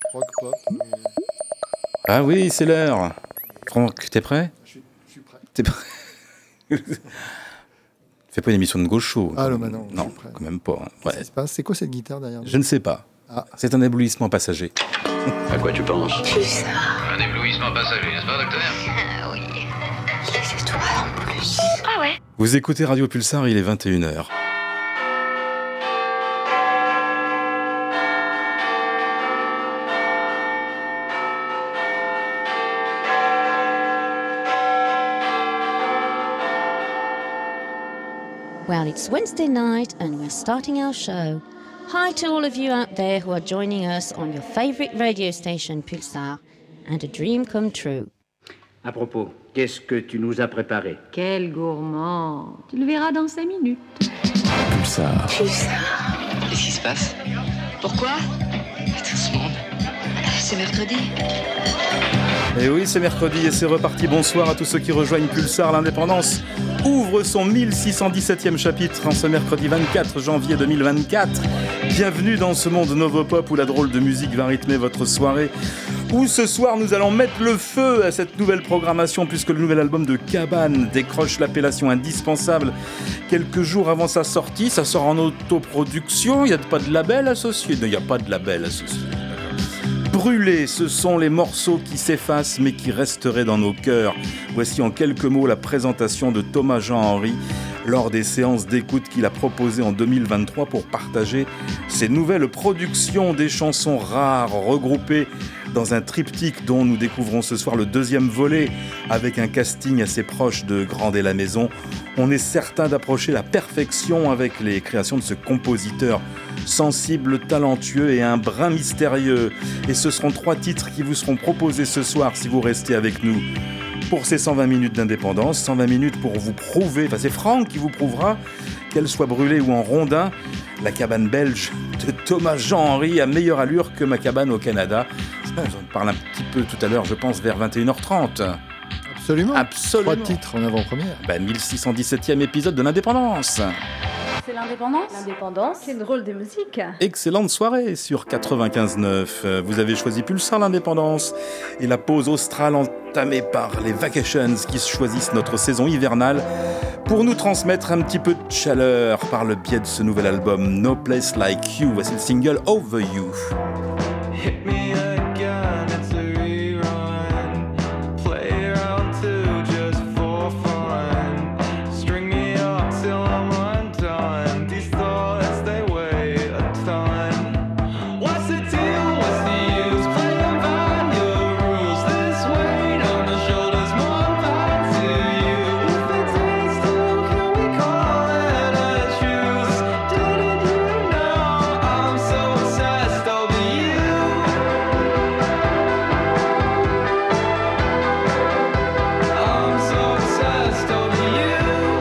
Rock pop. Ah oui, c'est l'heure. Franck, t'es prêt ? Je suis prêt. T'es prêt ? Fais pas une émission de gaucho. Ah non, non, non, quand même pas. Hein. Ouais. Qu'est-ce qui se passe ? C'est quoi cette guitare derrière nous ? Je ne sais pas. Ah. C'est un éblouissement passager. À quoi tu penses ? Pulsar. Un éblouissement passager, n'est-ce pas, docteur ? Oui. Les étoiles en plus. Ah ouais. Vous écoutez Radio Pulsar, il est 21h. Well, it's Wednesday night and we're starting our show. Hi to all of you out there who are joining us on your favorite radio station, Pulsar, and a dream come true. À propos, qu'est-ce que tu nous as préparé ? Quel gourmand. Tu le verras dans 5 minutes. Pulsar. Pulsar. Qu'est-ce qui se passe ? Pourquoi ? Tout ce monde. C'est mercredi. Et oui, c'est mercredi et c'est reparti. Bonsoir à tous ceux qui rejoignent Pulsar. L'indépendance ouvre son 1617e chapitre en ce mercredi 24 janvier 2024. Bienvenue dans ce monde Novopop où la drôle de musique va rythmer votre soirée. Où ce soir nous allons mettre le feu à cette nouvelle programmation puisque le nouvel album de Cabane décroche l'appellation indispensable quelques jours avant sa sortie. Ça sort en autoproduction, il n'y a pas de label associé. Non, il n'y a pas de label associé. Brûlés, ce sont les morceaux qui s'effacent mais qui resteraient dans nos cœurs. Voici en quelques mots la présentation de Thomas Jean-Henry lors des séances d'écoute qu'il a proposées en 2023 pour partager ses nouvelles productions, des chansons rares regroupées dans un triptyque dont nous découvrons ce soir le deuxième volet avec un casting assez proche de Grandet la Maison. On est certain d'approcher la perfection avec les créations de ce compositeur sensible, talentueux et un brin mystérieux. Et ce seront 3 titres qui vous seront proposés ce soir si vous restez avec nous pour ces 120 minutes d'indépendance, 120 minutes pour vous prouver, enfin c'est Franck qui vous prouvera, qu'elle soit brûlée ou en rondin, la cabane belge de Thomas Jean-Henry a meilleure allure que ma cabane au Canada. J'en parle un petit peu tout à l'heure, je pense vers 21h30. Absolument. 3 titres en avant-première. 1617e épisode de l'indépendance. C'est l'indépendance. L'indépendance. C'est une drôle de musique. Excellente soirée sur 95.9. Vous avez choisi Pulsar l'indépendance et la pause australe entamée par les Vacations qui choisissent notre saison hivernale pour nous transmettre un petit peu de chaleur par le biais de ce nouvel album No Place Like You. Voici le single Over You. Hit me again, it's a rerun. Play round 2 just for fun. String me up till I'm undone. These thoughts, they weigh a ton. What's the deal? What's the use? Playing by your rules. This weight on the shoulders more back to you. If it takes two, can we call it a truce? Didn't you know I'm so obsessed over you? I'm so obsessed over you.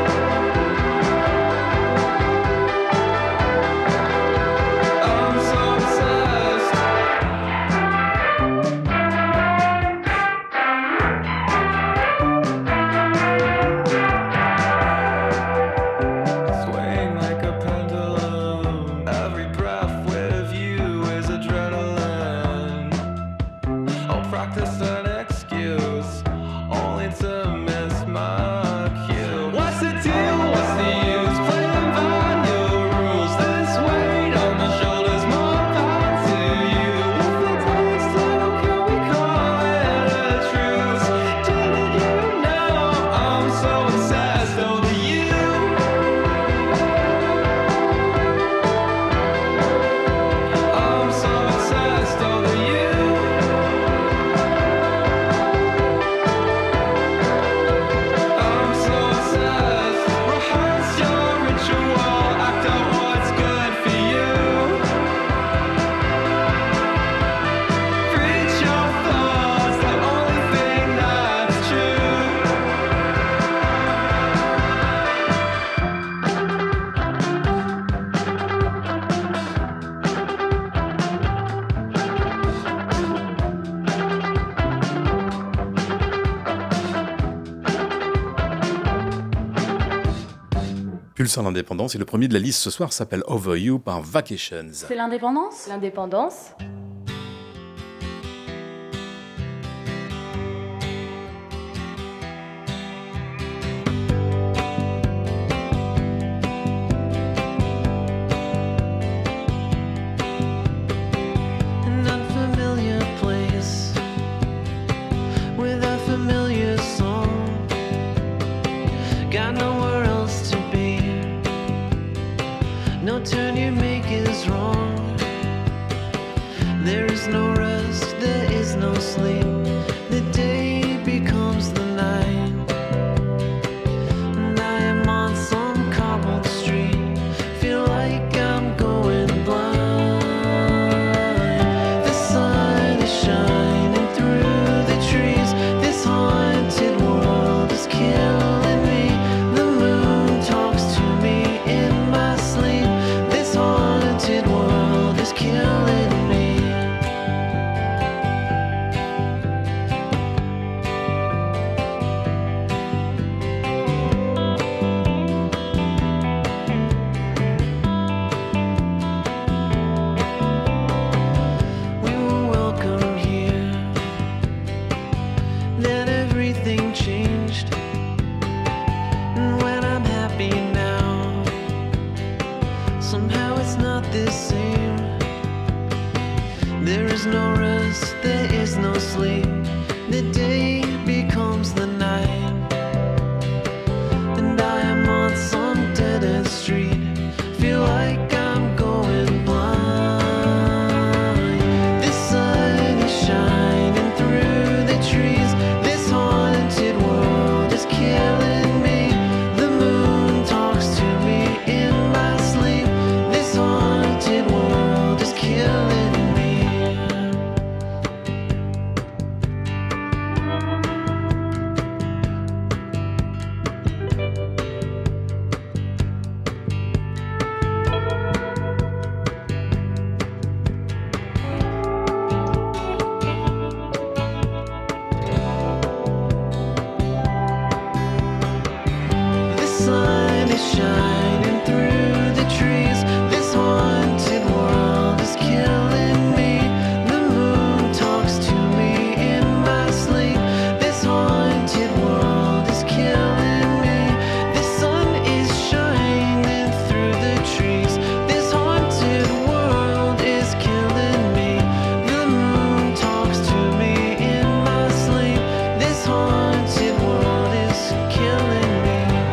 I'm so obsessed. Swaying like a pendulum. Every breath with you is adrenaline. I'll practice an excuse, only to miss my cue. What's the deal? What's the use? Playing by your rules. This weight on my shoulders more back to you. If it takes two, can we call it a truce? Didn't you know I'm so obsessed over you? I'm so obsessed over you. I'm so obsessed. Rehearse your ritual, act out what's good for you. Preach your thoughts, the only thing that's true. Pulsar l'indépendance et le premier de la liste ce soir s'appelle Over You par Vacations. C'est l'indépendance. L'indépendance. There is no rest, there is no sleep. The day becomes the night. And I am on some cobbled street. Feel like I'm going blind. The sun is shining through the trees. This haunted world is killing me. The moon talks to me in my sleep. This haunted world is killing me. We were welcome here, then everything changed. And when I'm happy now, somehow it's not the same. There is no rest, there is no sleep. The day becomes the night. And I am on some dead-end street. Feel like I'm going blind. The sun is shining through the trees. This haunted world is killing me. The moon talks to me in my sleep. This haunted world is killing me. The sun is shining through the trees. This haunted world is killing me. The moon talks to me in my sleep. This haunted world is killing me. The sun is shining through the trees. This haunted world is killing me. The moon talks to me in my sleep. This haunted world is killing me.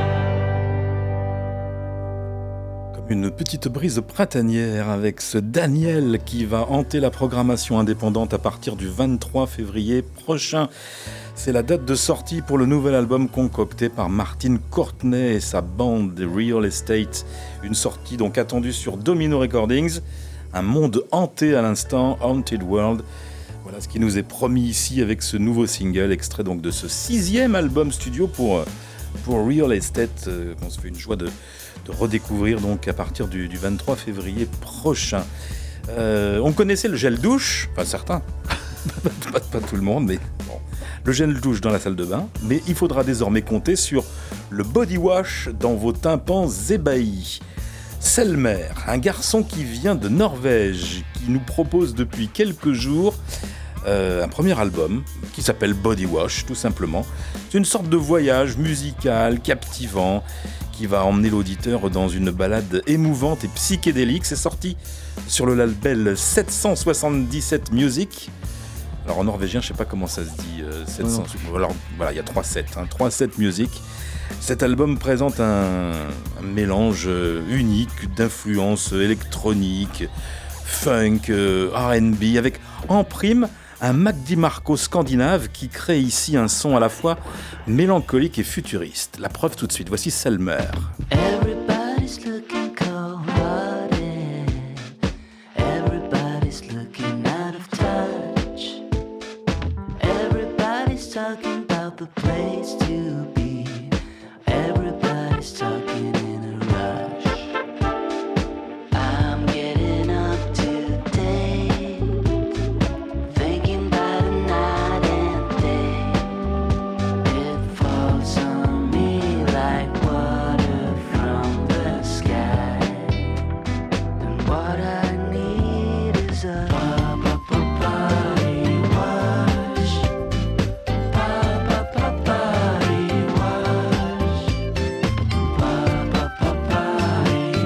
Comme une petite brise printanière avec ce Daniel qui va hanter la programmation indépendante à partir du 23 février prochain. C'est la date de sortie pour le nouvel album concocté par Martin Courtney et sa bande Real Estate. Une sortie donc attendue sur Domino Recordings. Un monde hanté à l'instant, Haunted World. Voilà ce qui nous est promis ici avec ce nouveau single, extrait donc de ce 6e album studio pour Real Estate, qu'on se fait une joie de redécouvrir donc à partir du 23 février prochain. On connaissait le gel douche, enfin certains, pas tout le monde, mais bon, le gel douche dans la salle de bain, mais il faudra désormais compter sur le body wash dans vos tympans ébahis. Selmer, un garçon qui vient de Norvège, qui nous propose depuis quelques jours un premier album qui s'appelle Body Wash, tout simplement. C'est une sorte de voyage musical, captivant, qui va emmener l'auditeur dans une balade émouvante et psychédélique. C'est sorti sur le label 777 Music. Alors en norvégien, je ne sais pas comment ça se dit. 700. Alors voilà, il y a 3-7. 3-7 Music. Cet album présente un mélange unique d'influences électroniques, funk, R&B, avec en prime un Mac DiMarco scandinave qui crée ici un son à la fois mélancolique et futuriste. La preuve tout de suite, voici Selmer. Everybody's looking cold-hearted. Everybody's looking out of touch. Everybody's talking about the place to be. Everybody's talking in a rush. I'm getting up today, thinking about a night and day. It falls on me like water from the sky. And what I need is a body wash. Body wash. Body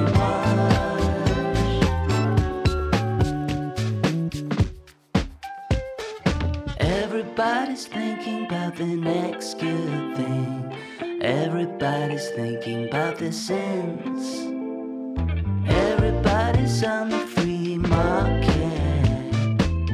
wash. Everybody's thinking about the next good thing. Everybody's thinking about their sins. Everybody's on the free market.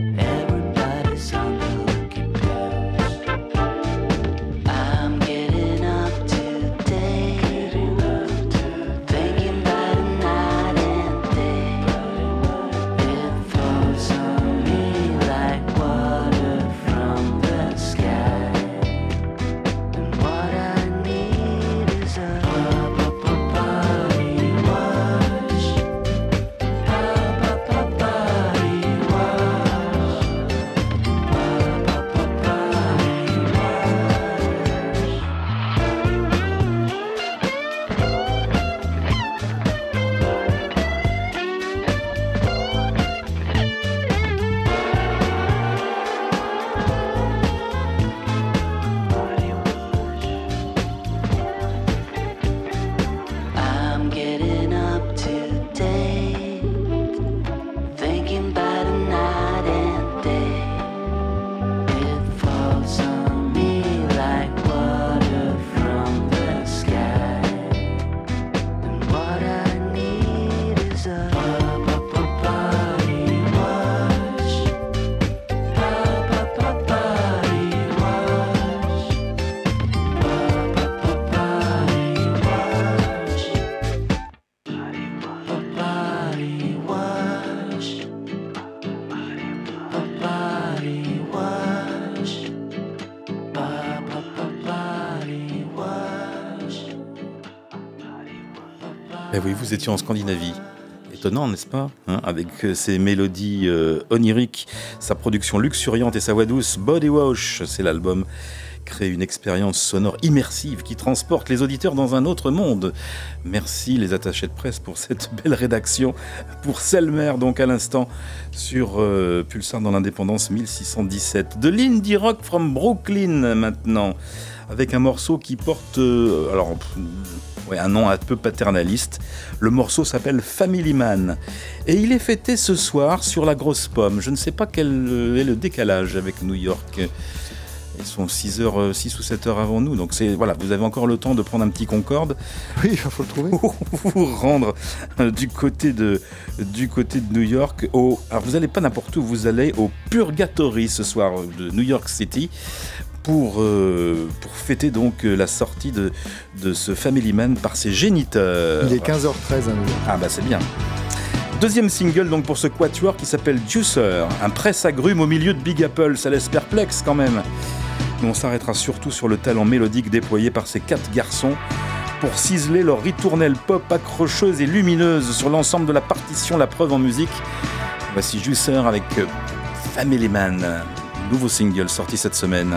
Eh oui, vous étiez en Scandinavie. Étonnant, n'est-ce pas, avec ses mélodies oniriques, sa production luxuriante et sa voix douce. Body Wash, c'est l'album, crée une expérience sonore immersive qui transporte les auditeurs dans un autre monde. Merci les attachés de presse pour cette belle rédaction. Pour Selmer, donc à l'instant, sur Pulsar dans l'Indépendance 1617. De l'indie rock from Brooklyn maintenant, avec un morceau qui porte... un nom un peu paternaliste. Le morceau s'appelle Family Man. Et il est fêté ce soir sur la Grosse Pomme. Je ne sais pas quel est le décalage avec New York. Ils sont 6 ou 7 heures avant nous. Donc vous avez encore le temps de prendre un petit Concorde. Oui, il faut le trouver. Pour vous rendre du côté de New York. Alors vous n'allez pas n'importe où, vous allez au Purgatory ce soir de New York City. Pour fêter donc la sortie de ce Family Man par ses géniteurs. Il est 15h13 à New York. Ah bah c'est bien. Deuxième single donc pour ce quatuor qui s'appelle Juicer, un presse-agrumes au milieu de Big Apple, ça laisse perplexe quand même. Mais on s'arrêtera surtout sur le talent mélodique déployé par ces 4 garçons pour ciseler leur ritournelle pop accrocheuse et lumineuse sur l'ensemble de la partition, la preuve en musique. Voici Juicer avec Family Man, nouveau single sorti cette semaine.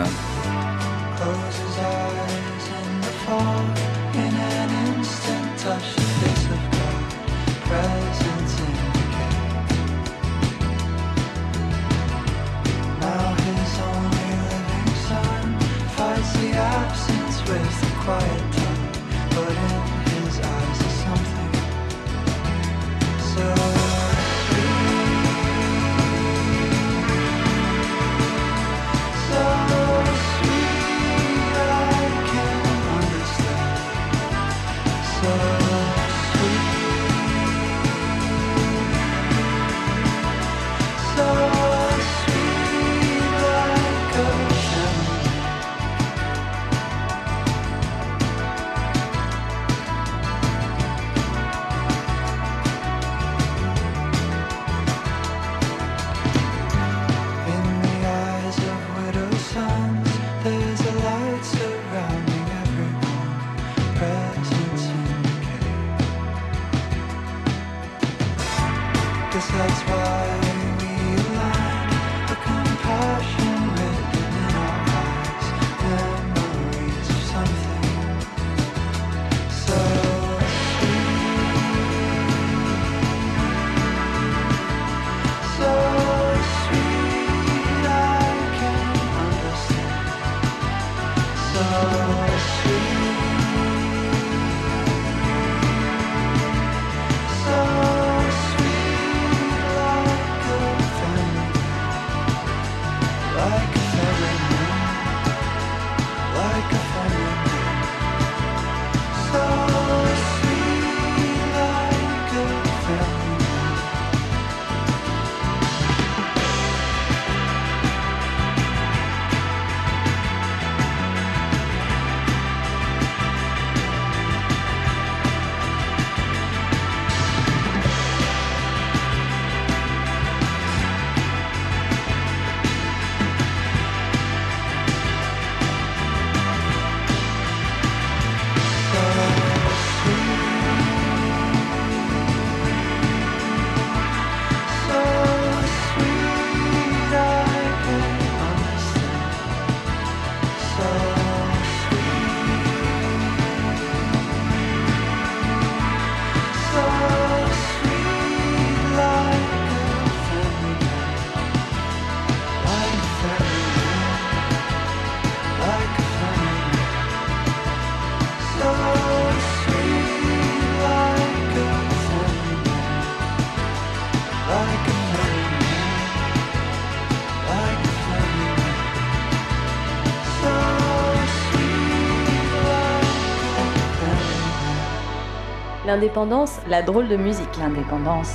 L'indépendance, la drôle de musique. L'indépendance.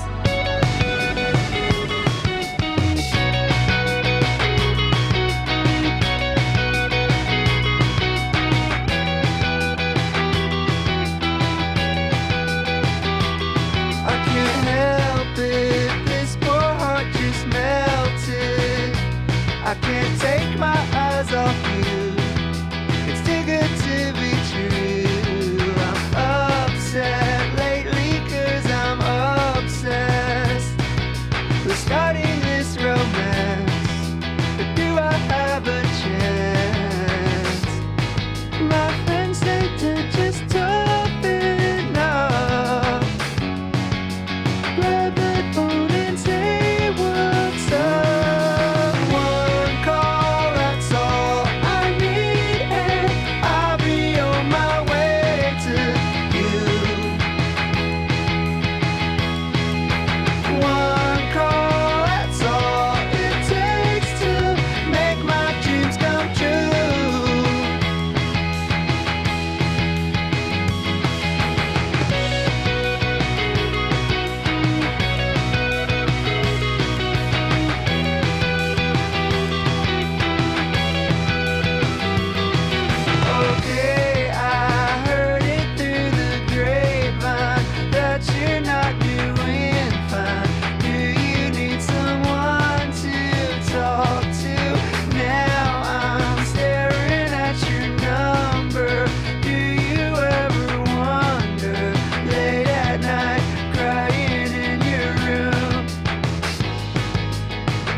I can't take my eyes off you. It's too good to be true. I'm upset lately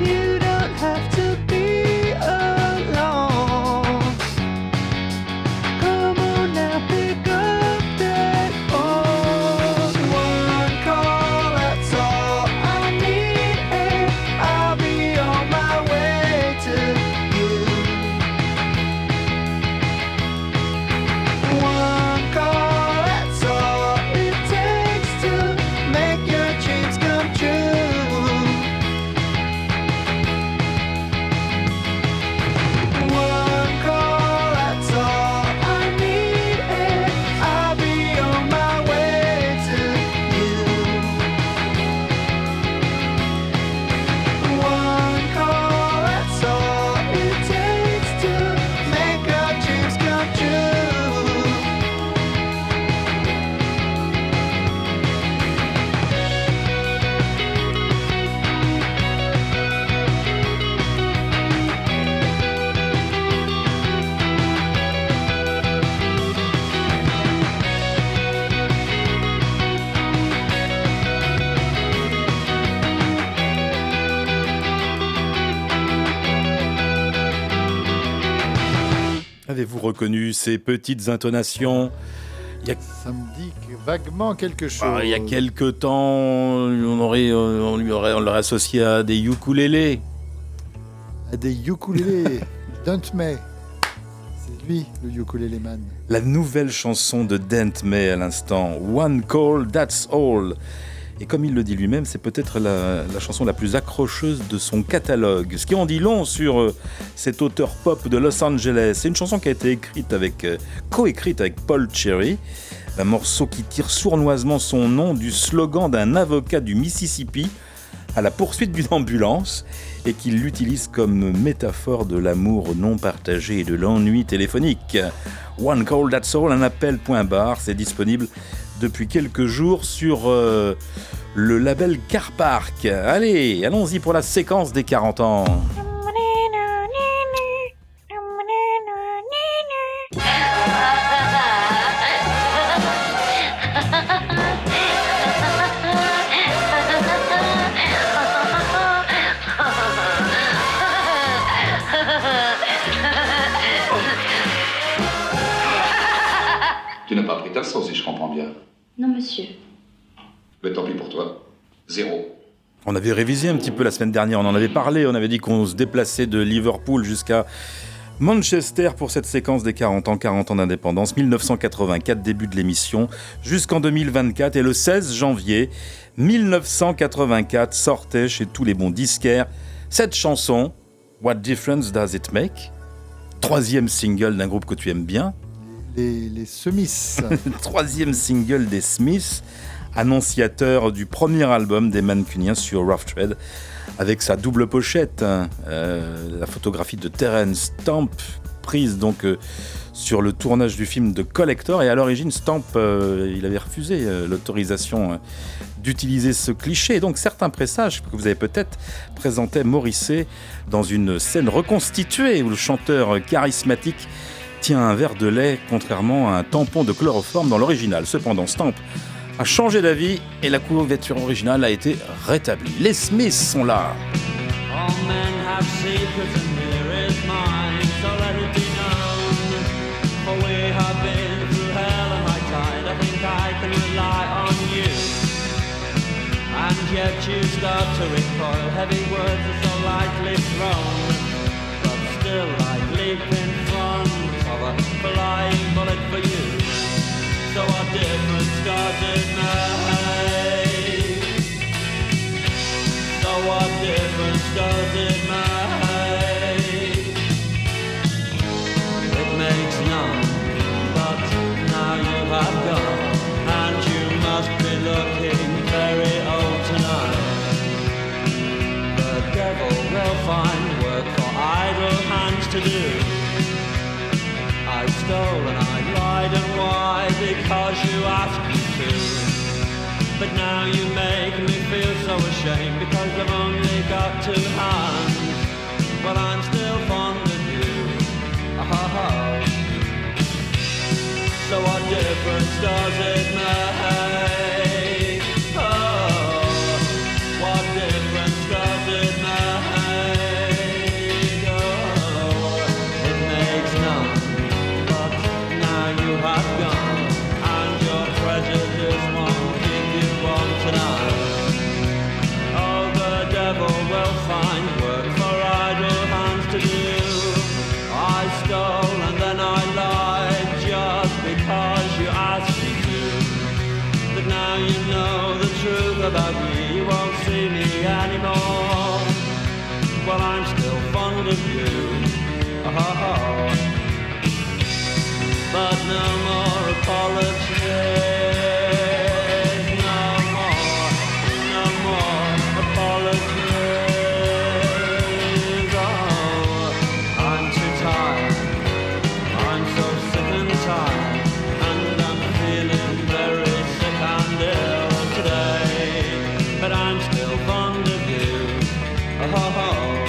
you don't have to be alone. Come on now, pick up that phone. One call, that's all I need, and I'll be on my way to you. One call, that's all it takes to make your dreams come true. One call, that's all I need, and I'll be on my way to you. One call, that's all it takes to make our dreams come true. Avez-vous reconnu ces petites intonations ? Ça me dit vaguement quelque chose. Il y a quelque temps, on l'aurait associé à des ukulélés. À des ukulélés. Dent May. C'est lui, le ukulélé man. La nouvelle chanson de Dent May à l'instant, One Call, That's All. Et comme il le dit lui-même, c'est peut-être la chanson la plus accrocheuse de son catalogue. Ce qui en dit long sur cet auteur pop de Los Angeles. C'est une chanson qui a été coécrite avec Paul Cherry. Un morceau qui tire sournoisement son nom du slogan d'un avocat du Mississippi à la poursuite d'une ambulance et qui l'utilise comme métaphore de l'amour non partagé et de l'ennui téléphonique. One Call, That's All, un appel point barre. C'est disponible depuis quelques jours sur le label Car Park. Allez, allons-y pour la séquence des 40 ans. Tu n'as pas pris ta sauce, si je comprends bien. Non, monsieur. Mais tant pis pour toi. 0. On avait révisé un petit peu la semaine dernière, on en avait parlé, on avait dit qu'on se déplaçait de Liverpool jusqu'à Manchester pour cette séquence des 40 ans d'indépendance, 1984, début de l'émission, jusqu'en 2024. Et le 16 janvier 1984 sortait chez tous les bons disquaires cette chanson, What Difference Does It Make ? Troisième single d'un groupe que tu aimes bien. Les Smiths. Troisième single des Smiths, annonciateur du premier album des Mancuniens sur Rough Trade, avec sa double pochette, la photographie de Terence Stamp, prise donc sur le tournage du film de Collector. Et à l'origine, Stamp, il avait refusé l'autorisation d'utiliser ce cliché. Et donc certains pressages que vous avez peut-être présentaient Morrissey dans une scène reconstituée où le chanteur charismatique tient un verre de lait, contrairement à un tampon de chloroforme dans l'original. Cependant, Stamp a changé d'avis et la couverture originale a été rétablie. Les Smiths sont là. All men have secrets and here is mine, so let it be known. For we have been through hell and high tide, I think I can rely on you. And yet you start to recoil, heavy words are so lightly thrown. But still I leap in front of a flying bullet for you. So what difference does it make? So what difference does it make? It makes none, but now you have gone, and you must be looking very old tonight. The devil will find work for idle hands to do. I stole and I lied, and why? Because you asked me to. But now you make me feel so ashamed, because I've only got 2 hands. But I'm still fond of you. Oh. So what difference does it make? Oh, what difference does it make? fond of you. Oh, but no more apologies. No more apologies. Oh, I'm too tired. I'm so sick and tired. And I'm feeling very sick and ill today. But I'm still fond of you. Oh.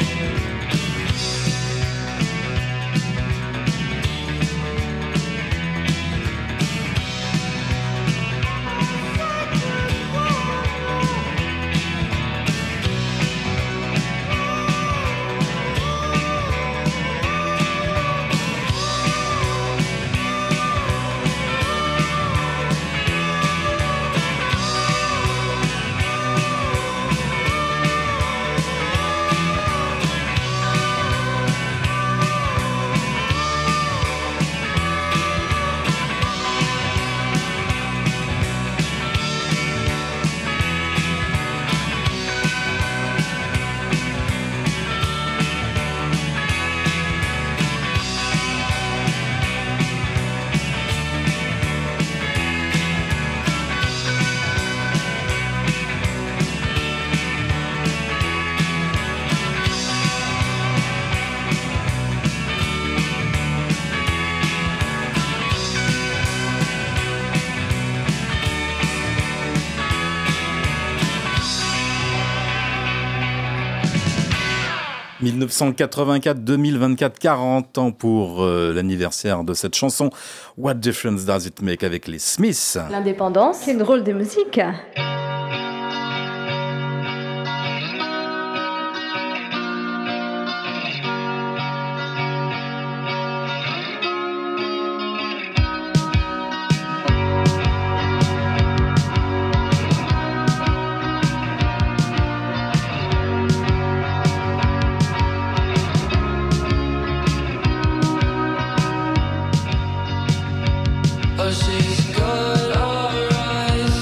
« 1984-2024, 40 ans pour l'anniversaire de cette chanson « What Difference Does It Make » avec les Smiths. L'indépendance, Quelle drôle de musique. Oh, she's got all eyes.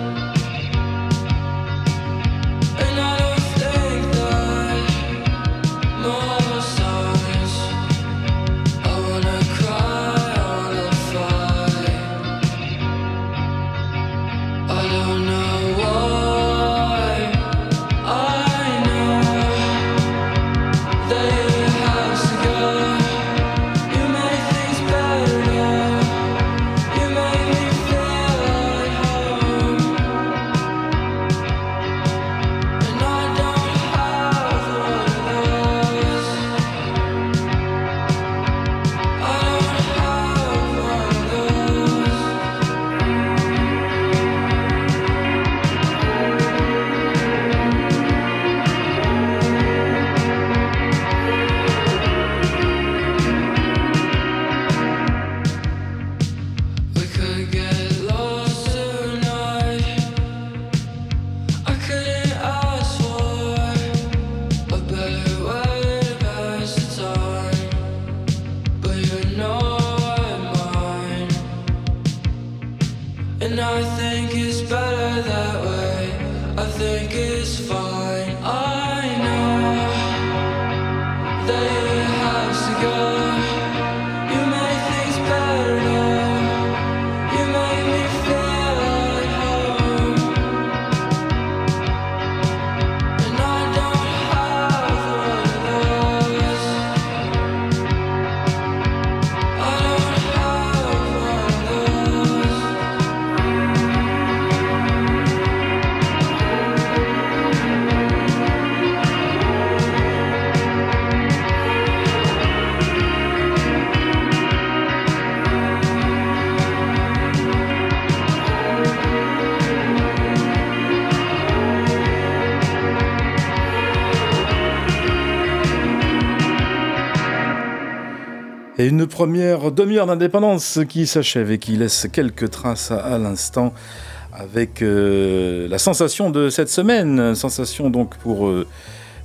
Et une première demi-heure d'indépendance qui s'achève et qui laisse quelques traces à l'instant avec la sensation de cette semaine. Sensation donc pour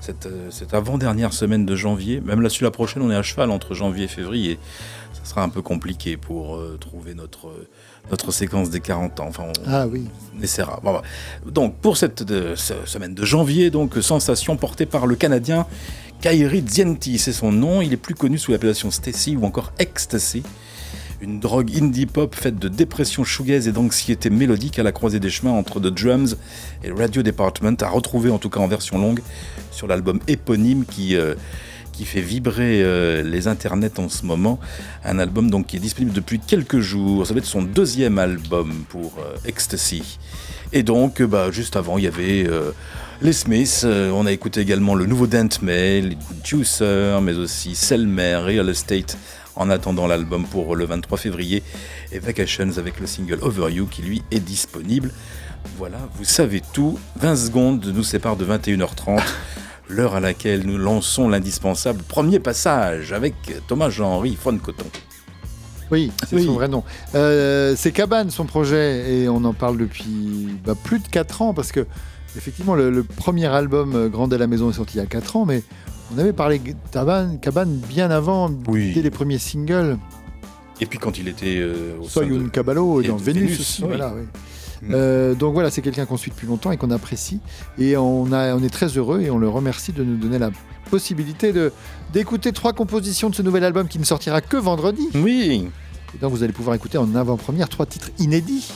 cette avant-dernière semaine de janvier. Même là, sur la prochaine, on est à cheval entre janvier et février. Ça sera un peu compliqué pour trouver notre séquence des 40 ans. Enfin, on essaiera. Bon, donc, pour cette semaine de janvier, donc, sensation portée par le Canadien Kairi Dzienti, c'est son nom. Il est plus connu sous l'appellation Stacy ou encore Ecstasy. Une drogue indie pop faite de dépression shoegaze et d'anxiété mélodique à la croisée des chemins entre The Drums et Radio Department, à retrouver en tout cas en version longue sur l'album éponyme qui fait vibrer les internets en ce moment. Un album donc qui est disponible depuis quelques jours. Ça va être son deuxième album pour Ecstasy. Et donc, juste avant, il y avait les Smiths. On a écouté également le nouveau Dent May, les Juicer, mais aussi Selmer, Real Estate, en attendant l'album pour le 23 février, et Vacations avec le single Over You qui lui est disponible. Voilà, vous savez tout. 20 secondes nous séparent de 21h30, l'heure à laquelle nous lançons l'indispensable premier passage avec Thomas Jean-Henri Foncoton. Oui, c'est son vrai nom. C'est Cabane, son projet, et on en parle depuis plus de 4 ans, parce que effectivement, le premier album Grande à la maison est sorti il y a 4 ans, mais on avait parlé de Cabane bien avant, dès les premiers singles. Et puis quand il était au Soyun Caballo dans Vénus aussi. Oui. Voilà, oui. Donc voilà, c'est quelqu'un qu'on suit depuis longtemps et qu'on apprécie. Et on est très heureux et on le remercie de nous donner la possibilité d'écouter 3 compositions de ce nouvel album qui ne sortira que vendredi. Oui. Et donc vous allez pouvoir écouter en avant-première 3 titres inédits.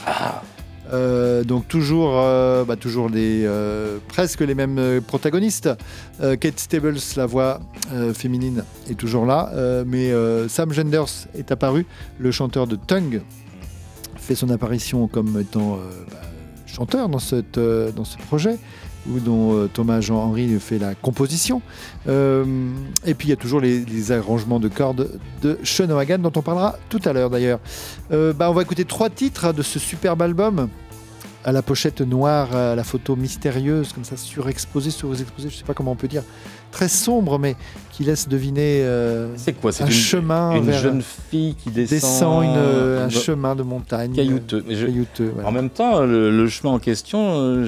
Donc toujours presque les mêmes protagonistes. Kate Stables, la voix féminine, est toujours là, mais Sam Genders est apparu, le chanteur de Tongue fait son apparition comme étant chanteur dans ce projet, dont Thomas Jean-Henri fait la composition. Et puis il y a toujours les arrangements de cordes de Sean O'Hagan, dont on parlera tout à l'heure d'ailleurs. On va écouter 3 titres de ce superbe album, à la pochette noire, à la photo mystérieuse, comme ça, surexposée, je sais pas comment on peut dire, très sombre, mais qui laisse deviner c'est quoi, c'est chemin une vers jeune fille qui descend un chemin de montagne caillouteux. Voilà. En même temps, le chemin en question,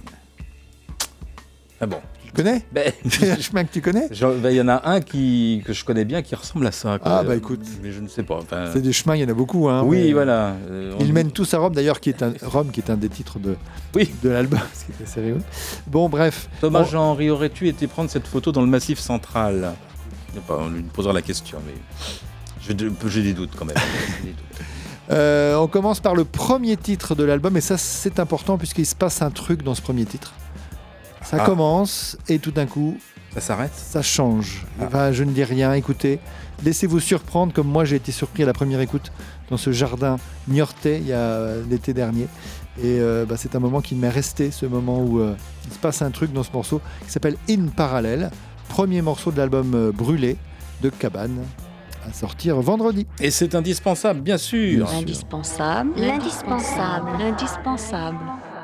Ah bon. Tu connais C'est un chemin que tu connais. Il y en a un que je connais bien qui ressemble à ça. Écoute. Mais je ne sais pas. C'est des chemins, il y en a beaucoup. Hein, oui, voilà. Ils mènent tous à Rome, d'ailleurs, qui est un des titres de l'album, ce qui est assez rigolo. Bon, bref. Thomas Jean-Henri, aurais-tu été prendre cette photo dans le Massif Central ? On lui posera la question, mais j'ai des doutes quand même. On commence par le premier titre de l'album, et ça, c'est important, puisqu'il se passe un truc dans ce premier titre. Ça commence et tout d'un coup, ça s'arrête. Ça change. Je ne dis rien, écoutez. Laissez-vous surprendre comme moi j'ai été surpris à la première écoute dans ce jardin niortais il y a l'été dernier. Et c'est un moment qui m'est resté, ce moment où il se passe un truc dans ce morceau qui s'appelle In Parallel, premier morceau de l'album Brûlé de Cabane, à sortir vendredi. Et c'est indispensable, bien sûr. L'indispensable. L'indispensable. L'indispensable.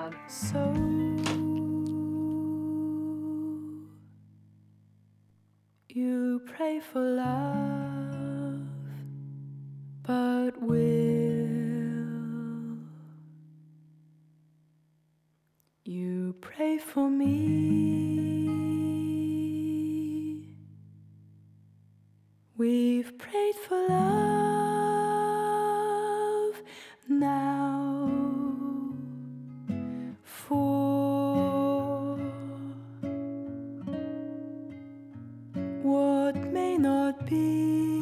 You pray for love, but will you pray for me? We've prayed for love now for what may not be,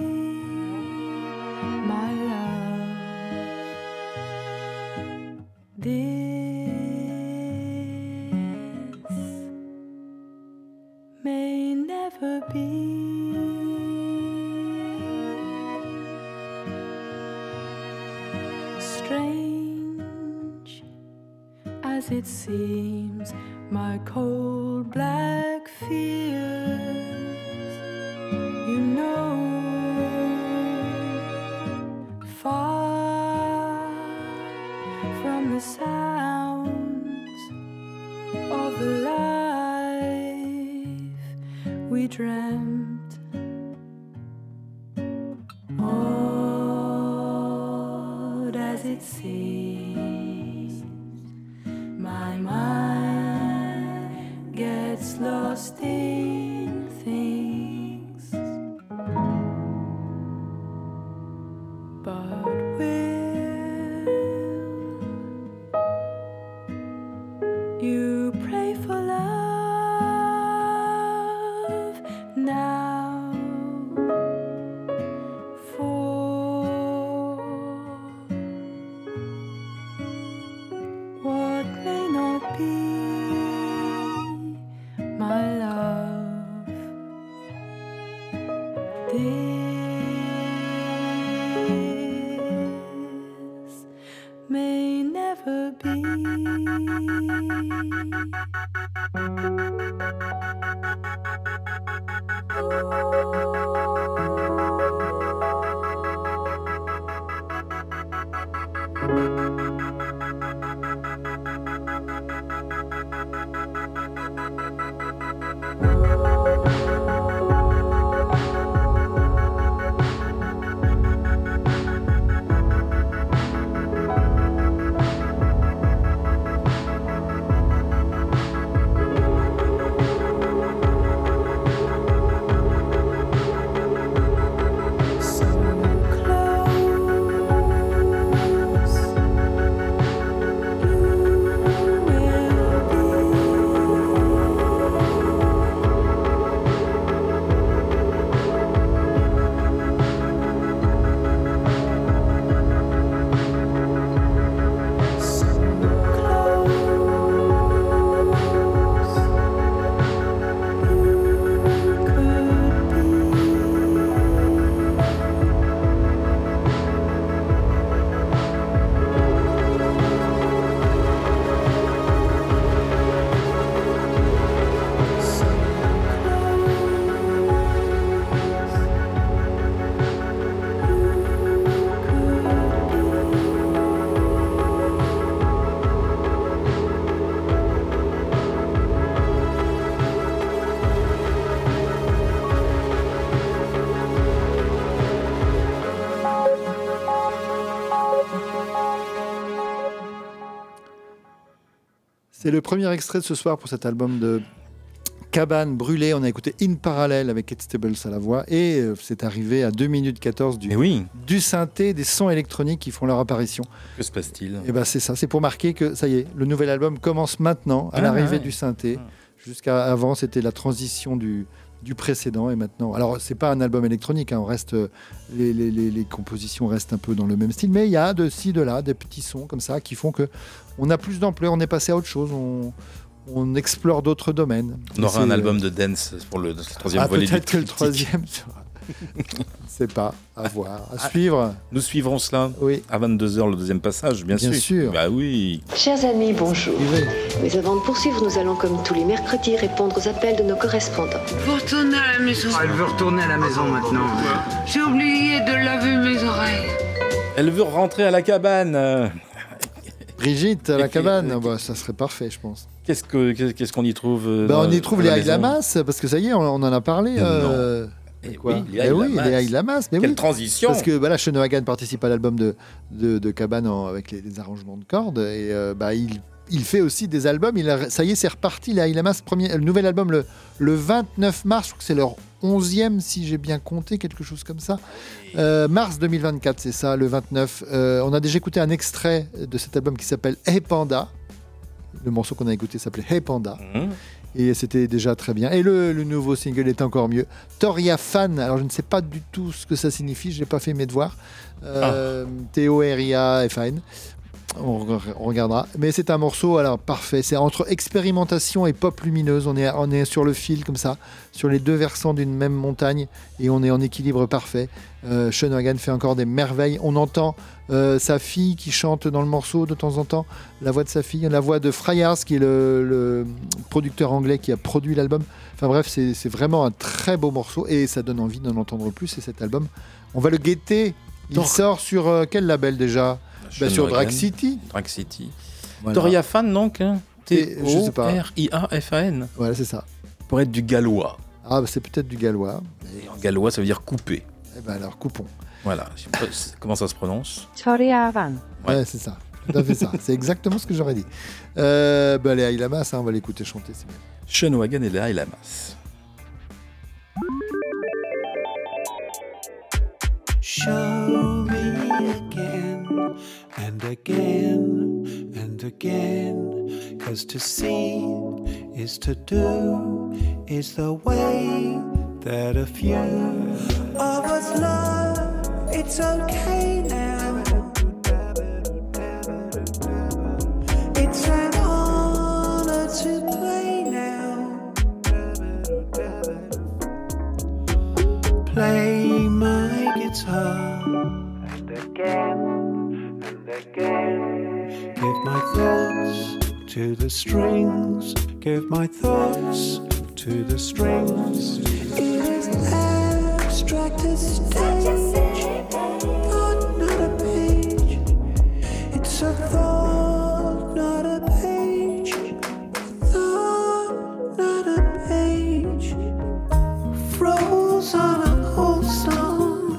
my love. This may never be. Strange as it seems, my cold black fears, you know, far from the sounds of the life we dreamt. Odd as it seems, my mind gets lost in but will you pray for love now? For what may not be, my love, this may never be. C'est le premier extrait de ce soir pour cet album de Cabane brûlée. On a écouté In Parallel avec Kate Stables à la voix et c'est arrivé à 2 minutes 14 du synthé, des sons électroniques qui font leur apparition. Que se passe-t-il ? Et ben c'est ça, c'est pour marquer que ça y est, le nouvel album commence maintenant à l'arrivée du synthé. Jusqu'à avant, c'était la transition du précédent et maintenant. Alors c'est pas un album électronique, hein, on reste les compositions restent un peu dans le même style, mais il y a de ci de là des petits sons comme ça qui font que on a plus d'ampleur, on est passé à autre chose, on explore d'autres domaines. On aura un album de dance pour le troisième volet. Peut-être que le troisième sera. C'est pas à voir, à suivre. Nous suivrons cela à 22h, le deuxième passage, bien sûr. Bah oui. Chers amis, bonjour. Mais avant de poursuivre, nous allons, comme tous les mercredis, répondre aux appels de nos correspondants. Vous retournez à la maison. Elle veut retourner à la maison maintenant. J'ai oublié de laver mes oreilles. Elle veut rentrer à la cabane. Brigitte à la cabane, bah, ça serait parfait, je pense. Qu'est-ce qu'on y trouve on y trouve les High Lamas, parce que ça y est, on en a parlé. Oui, les High Lamas. Mais quelle transition! Parce que là, Sean O'Hagan participe à l'album de Cabane avec les arrangements de cordes et il fait aussi des albums. Ça y est, c'est reparti, les High Lamas. Le nouvel album le 29 mars, je crois que c'est leur 11e, si j'ai bien compté, quelque chose comme ça. Mars 2024, c'est ça, le 29. On a déjà écouté un extrait de cet album qui s'appelle Hey Panda. Le morceau qu'on a écouté s'appelait Hey Panda. Et c'était déjà très bien. Et le nouveau single est encore mieux. Toria Fan, alors je ne sais pas du tout ce que ça signifie, je n'ai pas fait mes devoirs. T-O-R-I-A-F-A-N. On regardera. Mais c'est un morceau alors parfait. C'est entre expérimentation et pop lumineuse. On est sur le fil comme ça, sur les deux versants d'une même montagne, et on est en équilibre parfait. Sean O'Hagan fait encore des merveilles. On entend sa fille qui chante dans le morceau de temps en temps, la voix de sa fille, la voix de Fryars qui est le producteur anglais qui a produit l'album. Enfin bref, c'est vraiment un très beau morceau et ça donne envie d'en entendre plus. Et cet album, on va le guetter. Il sort sur quel label déjà? Sur Drag City. Drag City. Voilà. Toria Fan, donc. T-O-R-I-A-F-A-N. Voilà, c'est ça. Pour être du gallois. Ah, c'est peut-être du gallois. Et en gallois, ça veut dire couper. Eh ben alors, coupons. Voilà. Je sais pas comment ça se prononce. Toria Fan. Ouais, c'est ça. Tout à fait ça. C'est exactement ce que j'aurais dit. Les High Lamas, on va l'écouter chanter, c'est bien. Sean O'Hagan et les High Lamas. Show me again and again and again. 'Cause to see is to do, is the way that a few of us love. It's okay now. It's an honor to play now. Play my guitar and again and again. Give my thoughts to the strings. Give my thoughts to the strings. It is abstract as stage, thought, not a page. It's a thought, not a page. Thought, not a page. Froze on a whole song,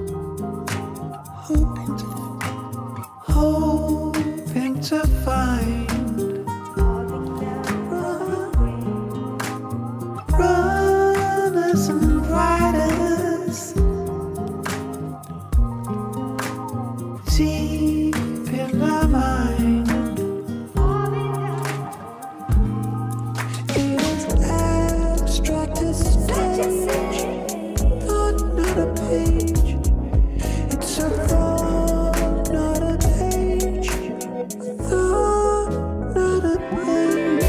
hoping to find runners and riders deep in my mind. It is abstract as stage, thought, not a page. It's a thought, not a page. Thought, not a page.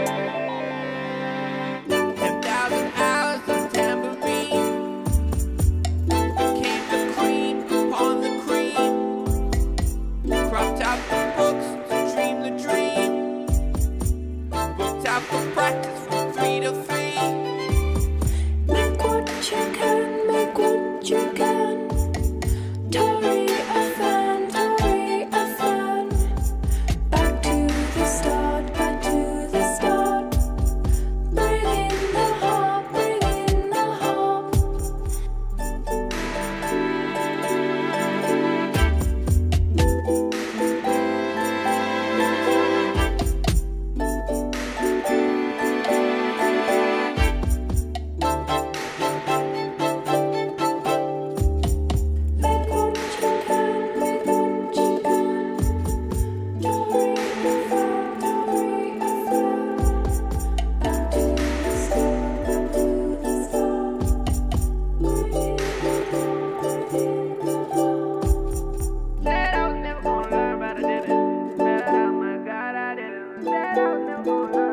10,000 hours of tambourine. Came the cream upon the cream. Cropped out the books to dream the dream. Booked out for practice from 3 to 3. Make what you can, make what you can. Tori a fan, Tori a fan. Back to the start, back to the start. Bring in the harp, bring in the harp. Make what you can, make what you can. Tori a fan, Tori a fan. Back to the start, back to the start. Bring in the harp, bring in the harp. Said I was never gonna learn, but I did it. Said, oh my God, I did it. Said I was never gonna learn.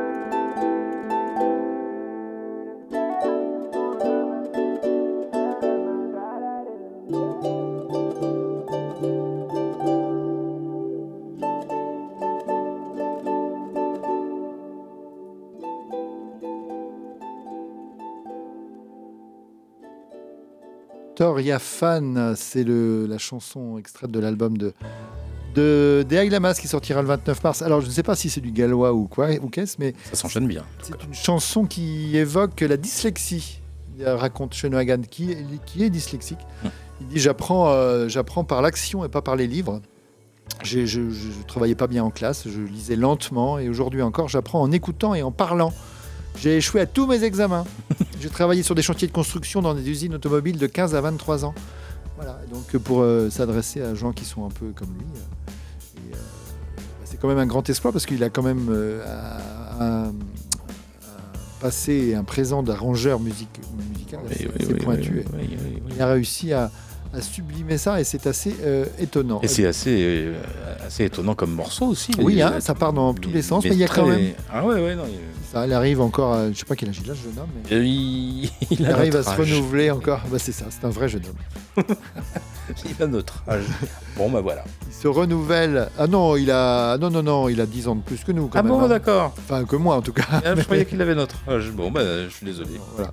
Toria Fan, c'est la chanson extraite de l'album de des Aigle Lamas qui sortira le 29 mars. Alors je ne sais pas si c'est du gallois ou quoi ou qu'est-ce, mais Ça s'enchaîne bien. c'est une chanson qui évoque la dyslexie. Il raconte Shenohagan qui est dyslexique. Il dit j'apprends par l'action et pas par les livres. Je ne travaillais pas bien en classe, je lisais lentement et aujourd'hui encore j'apprends en écoutant et en parlant. J'ai échoué à tous mes examens. J'ai travaillé sur des chantiers de construction dans des usines automobiles de 15 à 23 ans. Voilà, donc pour s'adresser à gens qui sont un peu comme lui, c'est quand même un grand exploit parce qu'il a quand même un passé et un présent d'arrangeur musical assez pointu. Il a réussi à sublimer ça et c'est assez étonnant. Et c'est assez étonnant comme morceau aussi. Oui, ça part dans tous les sens, mais il y a quand même... Ah ouais, non. Ça, il arrive encore à... Je sais pas quel âge il a, ce jeune homme, mais... Il arrive à se renouveler encore. Bah, c'est ça, c'est un vrai jeune homme. Il a notre âge. Bon, bah voilà. Il se renouvelle... Ah non, il a 10 ans de plus que nous, quand même. Ah bon, d'accord. Enfin, que moi, en tout cas. Je croyais qu'il avait notre âge. Bon, bah, je suis désolé. Voilà.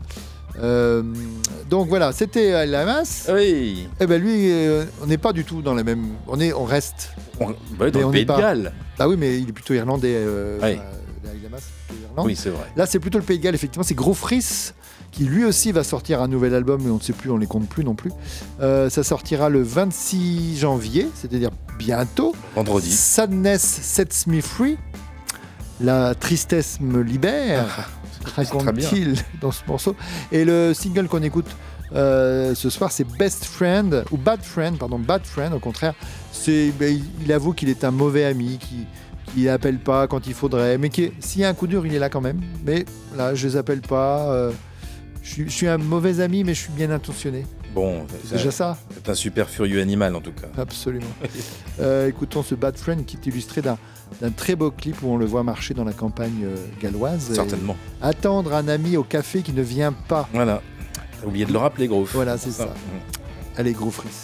Donc voilà, c'était Lamas. Oui. Et ben lui, on n'est pas du tout dans les mêmes. On reste. Dans le Pays de Galles. Bah oui, mais il est plutôt irlandais. Oui. Lamas, c'est plutôt Irlande. Oui, c'est vrai. Là, c'est plutôt le Pays de Galles. Effectivement, c'est Gros Friss qui lui aussi va sortir un nouvel album, mais on ne sait plus, on les compte plus non plus. Ça sortira le 26 janvier, c'est-à-dire bientôt. Vendredi. Sadness Sets Me Free. La tristesse me libère. Raconte-t-il dans ce morceau. Et le single qu'on écoute Ce soir, c'est Best Friend, ou Bad Friend, au contraire. Il avoue qu'il est un mauvais ami, qui n'appelle pas quand il faudrait, mais s'il y a un coup dur, il est là quand même. Mais là, je les appelle pas. Je suis un mauvais ami, mais je suis bien intentionné. Bon, c'est déjà ça. C'est un super furieux animal en tout cas. Absolument. Écoutons ce Bad Friend qui est illustré d'un très beau clip où on le voit marcher dans la campagne galloise. Certainement. Attendre un ami au café qui ne vient pas. Voilà. T'as oublié de le rappeler, Groove. Voilà, c'est ça. Allez, Groove Fris.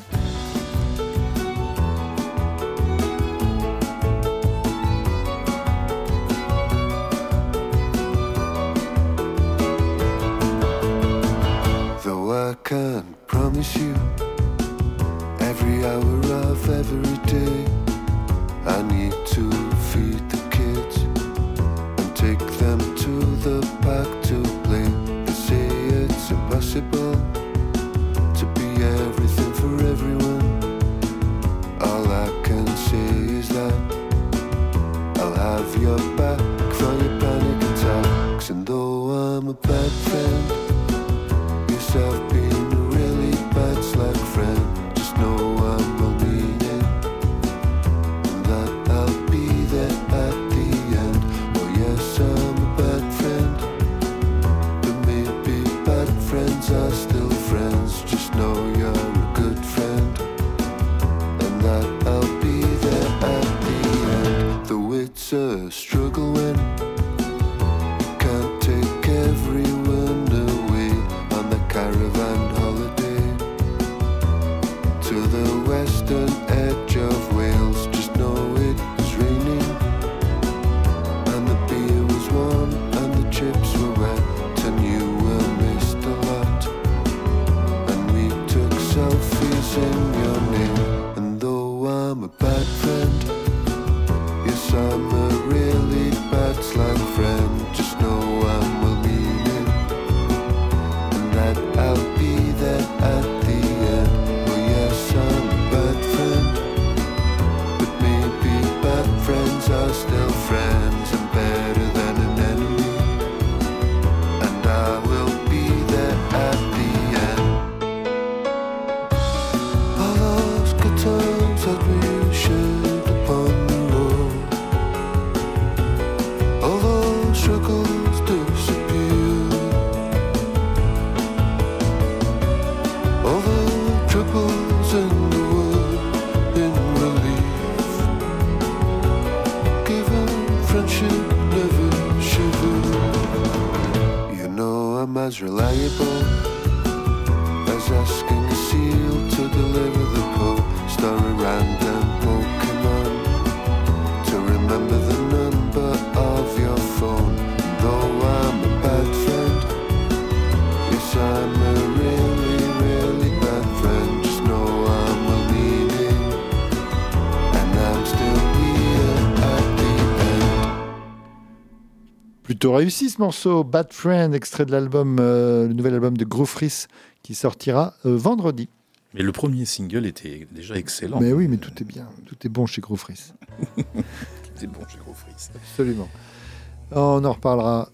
I can't promise you every hour of every day. I need to feed the kids and take them to the park to play. They say it's impossible to be everything for everyone. All I can say is that I'll have your back for your panic attacks. And though I'm a bad friend, I've been a really bad slack friend. Just know I'm well-meaning and that I'll be there at the end. Oh yes, I'm a bad friend, but maybe bad friends are still friends. Just know you're a good friend and that I'll be there at the end. Though it's a struggle when you can't take everyone away on the caravan holiday to the western edge of Wales. Just know it was raining and the beer was warm and the chips were wet and you were missed a lot and we took selfies in your name. And though I'm a bad friend, yes I'm a really bad slang friend. Just know I'm well-meaning and that I'll be there at the end. Oh yes, I'm a bad friend, but maybe bad friends are still friends and better than an enemy. And I will be there at the end. All those good times that we shared upon the road, all those struggles disappear, all the troubles in the world in relief. Given friendship never shivered. You know I'm as reliable as asking a seal to deliver the post or a random Pokemon to remember the number of your phone. Though I'm a bad friend, yes I'm a really, really bad friend. Just know I'm well-meaning and I'm still here at the end. Plutôt réussi ce morceau, Bad Friend, extrait de l'album, le nouvel album de Groove Fris qui sortira vendredi. Mais le premier single était déjà excellent. Mais oui, mais tout est bien, tout est bon chez Groove Fris. C'est bon chez Groove Fris. Absolument. On en reparlera.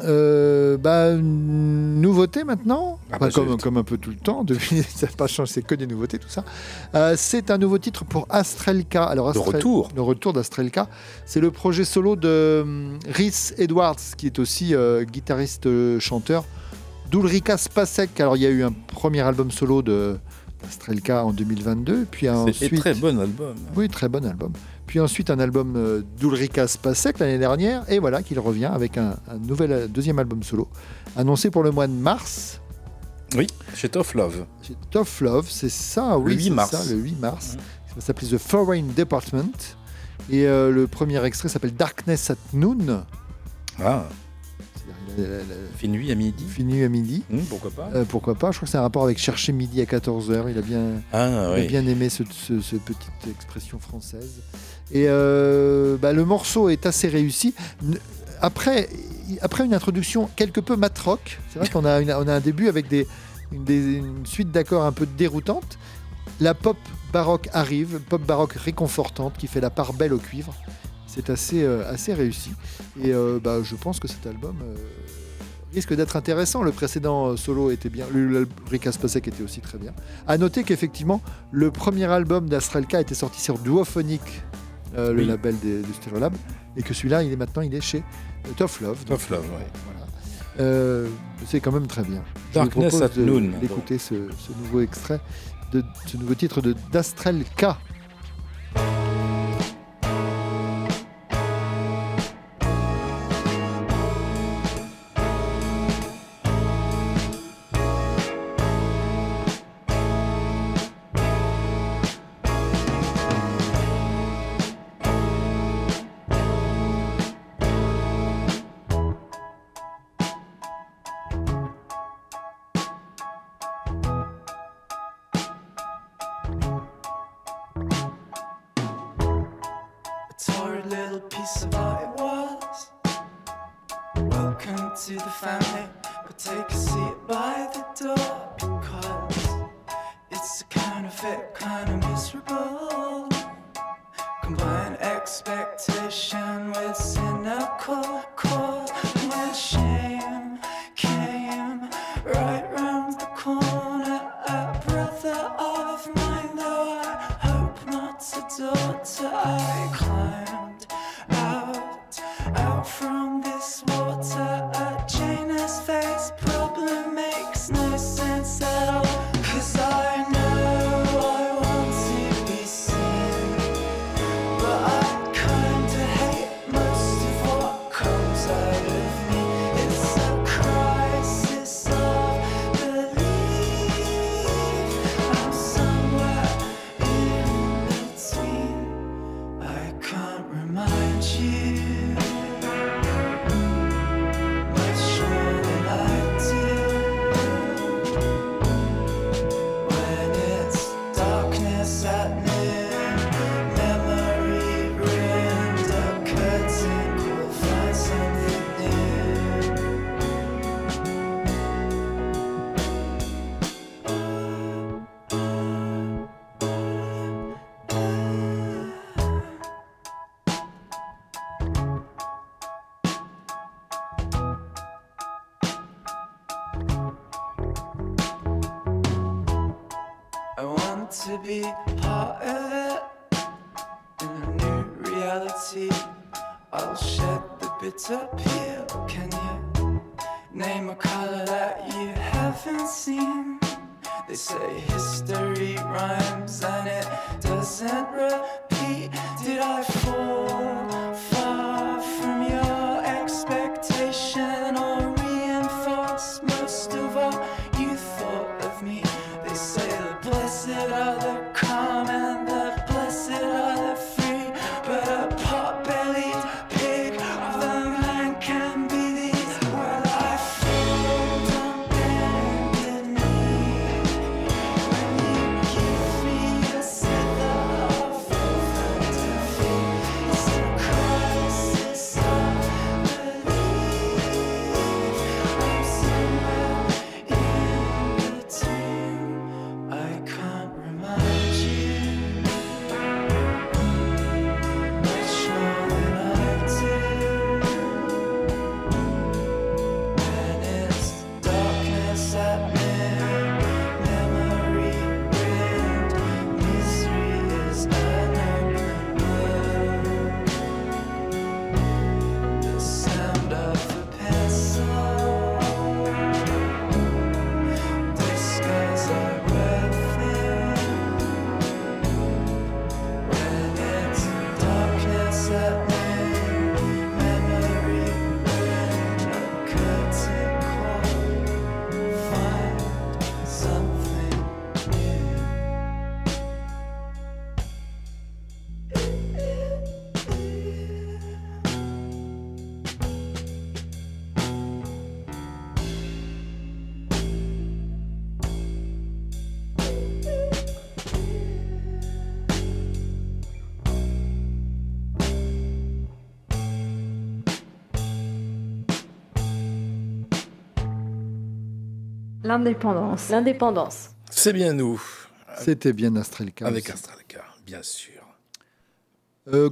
Nouveauté maintenant, comme un peu tout le temps, depuis, ça n'a pas changé, c'est que des nouveautés tout ça. C'est un nouveau titre pour Astrelka. Alors, le retour d'Astrelka, c'est le projet solo de Rhys Edwards, qui est aussi guitariste-chanteur d'Ulrika Spacek. Alors, il y a eu un premier album solo d'Astrelka en 2022, puis ensuite... très bon album. Oui, très bon album. Puis ensuite un album d'Ulrika Spacek l'année dernière, et voilà qu'il revient avec un deuxième album solo, annoncé pour le mois de mars. Oui, chez Tough Love. Chez Tough Love, c'est ça, oui. Le 8 mars. Ça, le 8 mars. Ça s'appelle The Foreign Department. Et le premier extrait s'appelle Darkness at Noon. Ah. Fin nuit à midi. Fin nuit à midi. Pourquoi pas. Pourquoi pas. Je crois que c'est un rapport avec chercher midi à 14h. Il a bien aimé cette petite expression française. Et le morceau est assez réussi. Après une introduction quelque peu mat-rock, c'est vrai qu'on a un début avec une suite d'accords un peu déroutante. La pop baroque arrive, pop baroque réconfortante qui fait la part belle au cuivre. C'est assez réussi. Et je pense que cet album risque d'être intéressant. Le précédent solo était bien, l'Ulrika Spacek était aussi très bien. À noter qu'effectivement, le premier album d'Astrelka était sorti sur Duophonic, le label du Stereolab, et que celui-là, il est chez Tough Love. Tough Love, oui. Voilà. C'est quand même très bien. Darkness at Noon. D'écouter ce nouveau extrait, ce nouveau titre d'Astrelka. To the family, but take a seat by the door because it's a counterfeit, kind of miserable. Combine expectation with cynical call. When shame came right round the corner, a brother of mine, though I hope not a daughter, I climbed out from this water. Janus face problem makes no sense at all. 'Cause I know I want to be seen, but I kinda hate most of what comes out of me. It's a crisis of belief. I'm somewhere in between. I can't remind you. To be part of it in a new reality, I'll shed the bitter peel. Can you name a color that you haven't seen? They say history rhymes and it doesn't repeat. Did I fall far from your expectation or reinforce most of what you thought of me? They say the blessed are the calm and the blessed are the free, but a pot-bellied pig of the man can be these. Well, I fold on bended knee when you give me a slither of your defeat. It's a crisis of belief. I'm somewhere in between. I can't remind you much more than I do. And it's darkness at memory rimmed. Misery is an open word. The sound of a pencil disguise our breathing. When it's darkness at memory rimmed, a curtain call, find something new. L'indépendance. L'indépendance. C'est bien nous. C'était bien Astrelka. Avec aussi. Astrelka, bien sûr.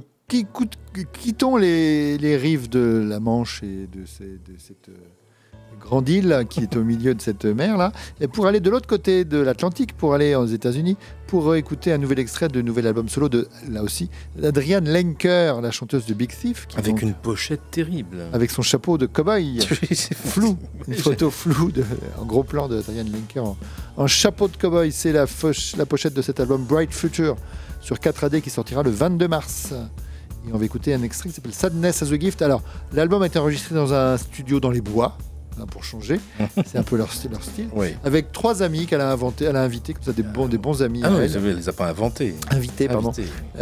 Quittons les rives de la Manche et de cette grande île qui est au milieu de cette mer-là, et pour aller de l'autre côté de l'Atlantique, pour aller aux États-Unis, pour écouter un nouvel extrait de nouvel album solo de, là aussi, d'Adrienne Lenker, la chanteuse de Big Thief. Avec une pochette terrible. Avec son chapeau de cow-boy flou, une photo floue, un gros plan d'Adrienne Lenker en chapeau de cow-boy. C'est la pochette de cet album Bright Future sur 4AD qui sortira le 22 mars. Et on va écouter un extrait qui s'appelle Sadness as a Gift. Alors, l'album a été enregistré dans un studio dans les bois, hein, pour changer. C'est un peu leur style. Oui. Avec 3 amis qu'elle a invité, comme ça, des bons amis. Ah non, elle les a pas invités. Invités, pardon.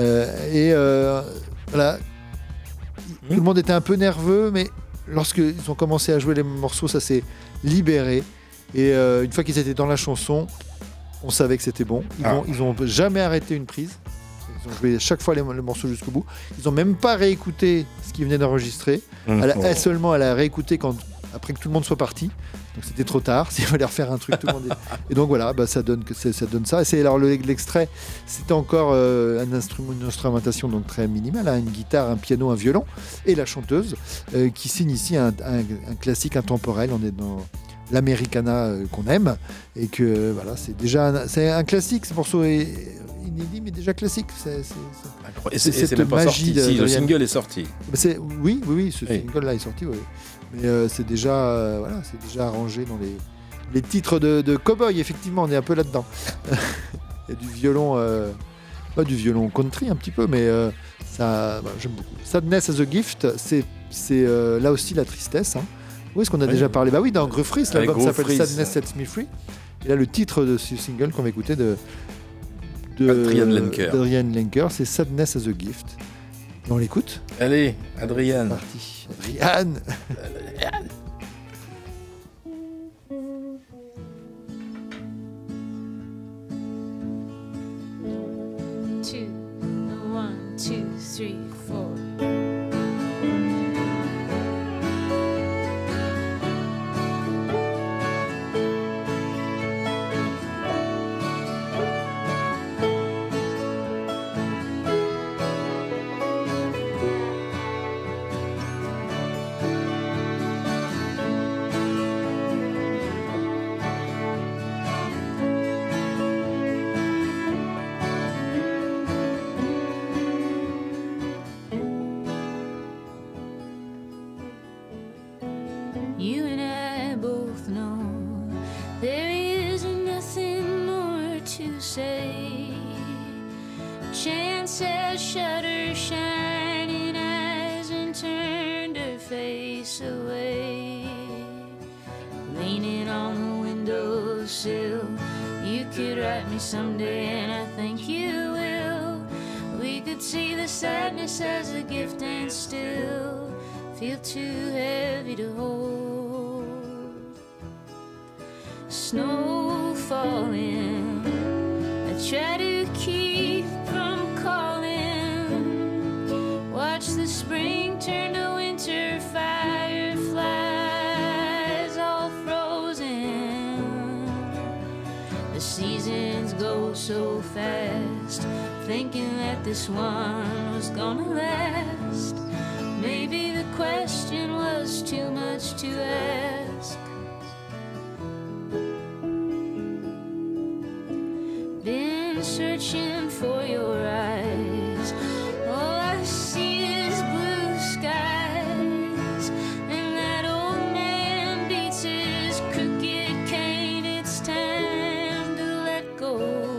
Voilà. Tout le monde était un peu nerveux, mais lorsqu'ils ont commencé à jouer les morceaux, ça s'est libéré. Et une fois qu'ils étaient dans la chanson, on savait que c'était bon. Ils ont jamais arrêté une prise. Ils ont joué chaque fois le morceau jusqu'au bout. Ils n'ont même pas réécouté ce qu'ils venaient d'enregistrer. Elle seulement, elle a réécouté après que tout le monde soit parti. Donc c'était trop tard. S'il fallait refaire un truc, tout le monde. Et donc voilà, ça donne ça. Et c'est alors l'extrait. C'était encore une instrumentation donc très minimale, hein, une guitare, un piano, un violon et la chanteuse qui signe ici un classique intemporel. On est dans l'Americana qu'on aime et que voilà, c'est un classique. Ce morceau est inédit mais déjà classique. C'est cette même pas magie. Le single est sorti. Oui, ce single-là est sorti. Oui. Mais c'est déjà arrangé dans les titres de cow-boy. Effectivement, on est un peu là-dedans. Il y a du violon, pas du violon country un petit peu, mais j'aime beaucoup. Sadness as a Gift, c'est là aussi la tristesse. Hein. Où est-ce qu'on a déjà parlé ? Bah oui, dans Groove Freeze, l'album s'appelle Sadness Sets Me Free. Et là, le titre de ce single qu'on va écouter d'Adrienne Lenker, c'est Sadness as a Gift. Et on l'écoute ? Allez, Adrienne. Parti. Adrienne. Two, 1, 2, 3, 4. You and I both know there is nothing more to say. Chance has shut her shining eyes and turned her face away. Leaning on the windowsill, you could write me someday, and I think you will. We could see the sadness as a gift and still feel too heavy to hold. Snow falling, I try to keep from calling. Watch the spring turn to winter, fireflies all frozen. The seasons go so fast, thinking that this one was gonna last. Maybe the question was too much to ask. Been searching for your eyes. All I see is blue skies, and that old man beats his crooked cane. It's time to let go.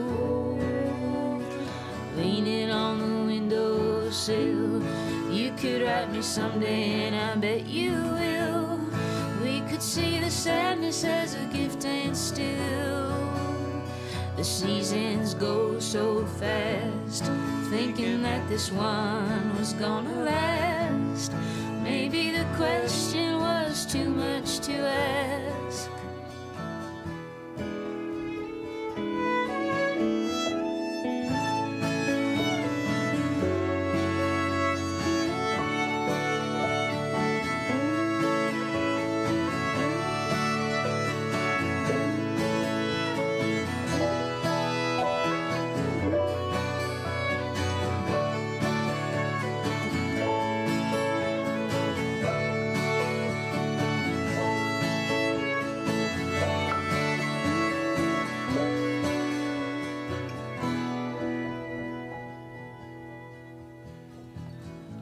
Leaning on the windowsill, you could write me someday, and I bet you will. We could see the sadness as a gift and still the seasons go so fast, thinking that this one was gonna last. Maybe the question was too much to ask.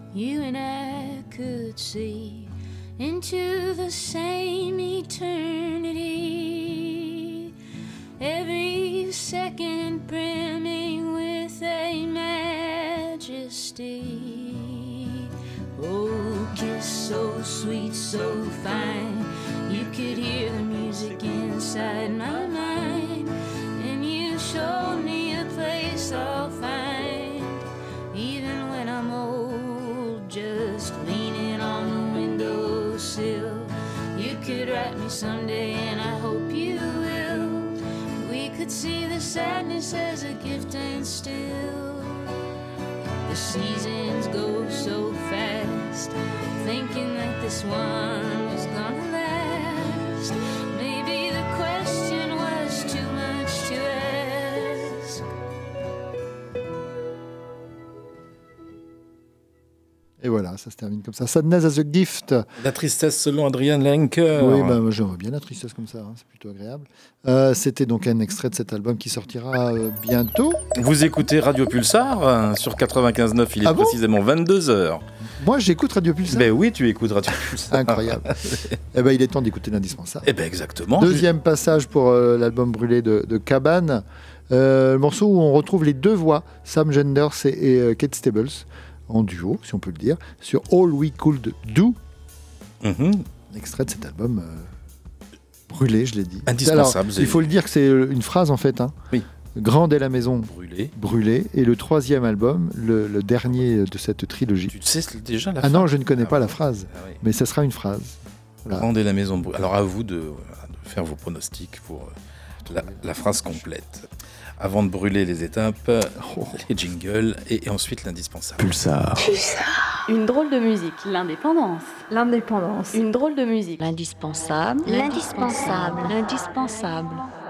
you and I could see into the same eternity. Every second brimming with a majesty. Oh, kiss so sweet, so fine. You could hear the music inside my mind. And you showed me a place I'll find. Even when I'm old, just leaning on the windowsill. You could write me someday and I hope you will. We could see the sadness as a gift and still. The seasons go so fast, thinking that this one was gonna last. Maybe the question was too much to ask. Et voilà, ça se termine comme ça. Sadness as a gift. La tristesse selon Adrian Lenker. Oui, bah, moi, j'aimerais bien la tristesse comme ça, hein, c'est plutôt agréable. C'était donc un extrait de cet album qui sortira bientôt. Vous écoutez Radio Pulsar sur 95.9, il est précisément 22h. Moi, j'écoute Radio Pulsar. Ben oui, tu écoutes Radio Pulsar. Incroyable. Eh ben, il est temps d'écouter l'indispensable. Eh ben exactement. Deuxième passage pour l'album brûlé de Cabane. Le morceau où on retrouve les deux voix, Sam Genders et Kate Stables, en duo, si on peut le dire, sur All We Could Do. Extrait de cet album brûlé, je l'ai dit. Indispensable. Alors, il faut le dire que c'est une phrase en fait. Hein. Oui. Grande est la maison brûlée. Et le troisième album, le dernier de cette trilogie. Tu sais déjà la phrase. fin. Non, je ne connais pas la phrase, mais ça sera une phrase. Voilà. Grande est la maison brûlée. Alors à vous de faire vos pronostics pour la phrase complète. Avant de brûler les étapes, les jingles et ensuite l'indispensable. Pulsar. Une drôle de musique. L'indépendance. L'indépendance. Une drôle de musique. L'indispensable. L'indispensable. L'indispensable.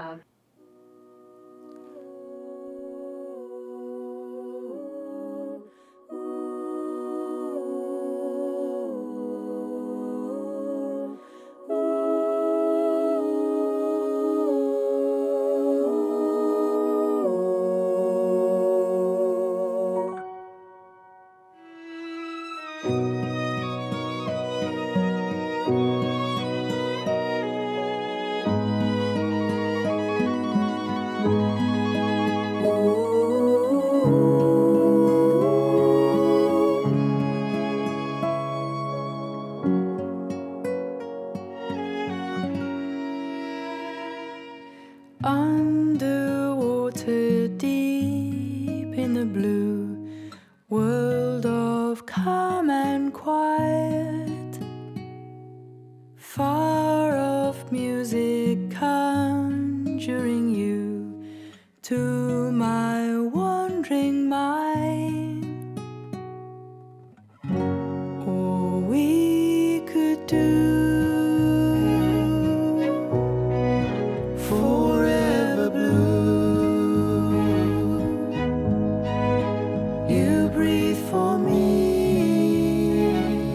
Underwater, deep in the blue world of calm and quiet, far off music conjuring you to my wandering mind. All we could do forever blue. You breathe for me,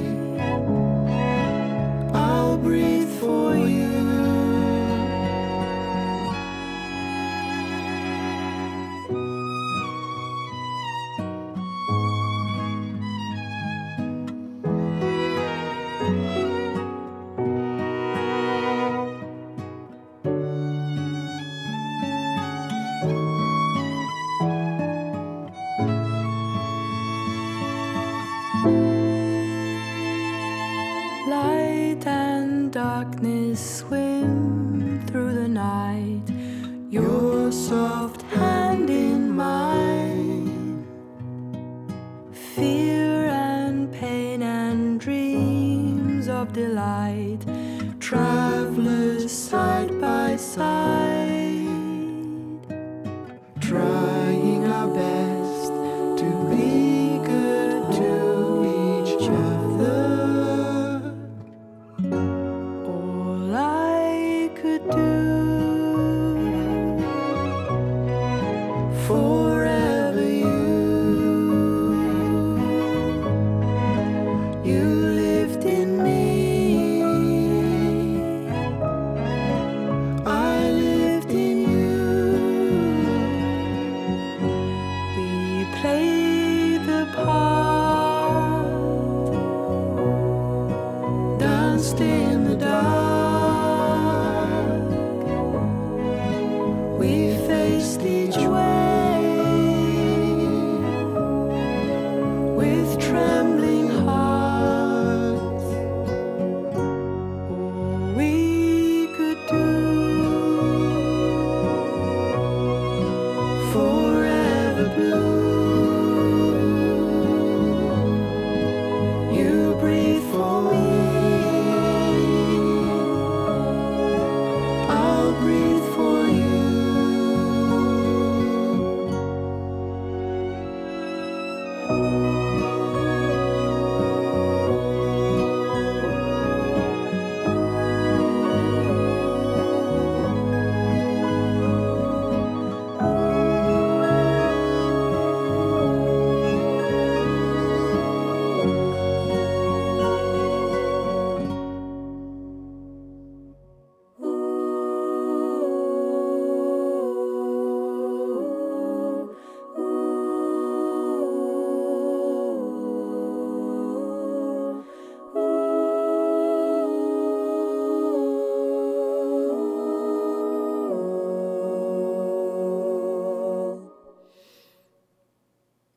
I'll breathe for you. Light and darkness swim through the night, your soft hand in mine. Fear and pain and dreams of delight, travelers side by side, trying our best to be good to each other. All I could do forever you lived in me, I lived in you. We played the part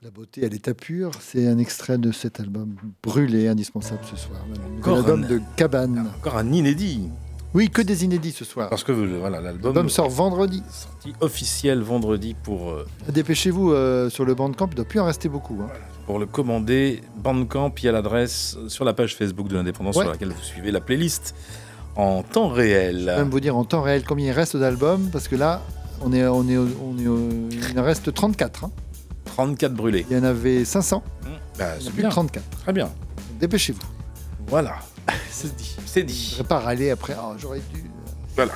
La beauté à l'état pur, c'est un extrait de cet album brûlé, indispensable ce soir. Encore L'album un- de Cabane. Encore un inédit. Oui, que des inédits ce soir. Parce que voilà, l'album L'album sort vendredi. sorti officiel vendredi Dépêchez-vous sur le Bandcamp, il ne doit plus en rester beaucoup. Hein. pour le commander. Bandcamp, il y a l'adresse sur la page Facebook de l'Indépendance Ouais. sur laquelle vous suivez la playlist en temps réel. Je vais même vous dire en temps réel combien il reste d'albums, parce que là, il en reste 34. Hein. 34 brûlés. Il y en avait 500. Bah, Il y en a c'est plus bien. de 34. Très bien. Dépêchez-vous. Voilà. C'est dit. C'est dit. Je ne vais pas râler après. Oh, j'aurais dû. Voilà.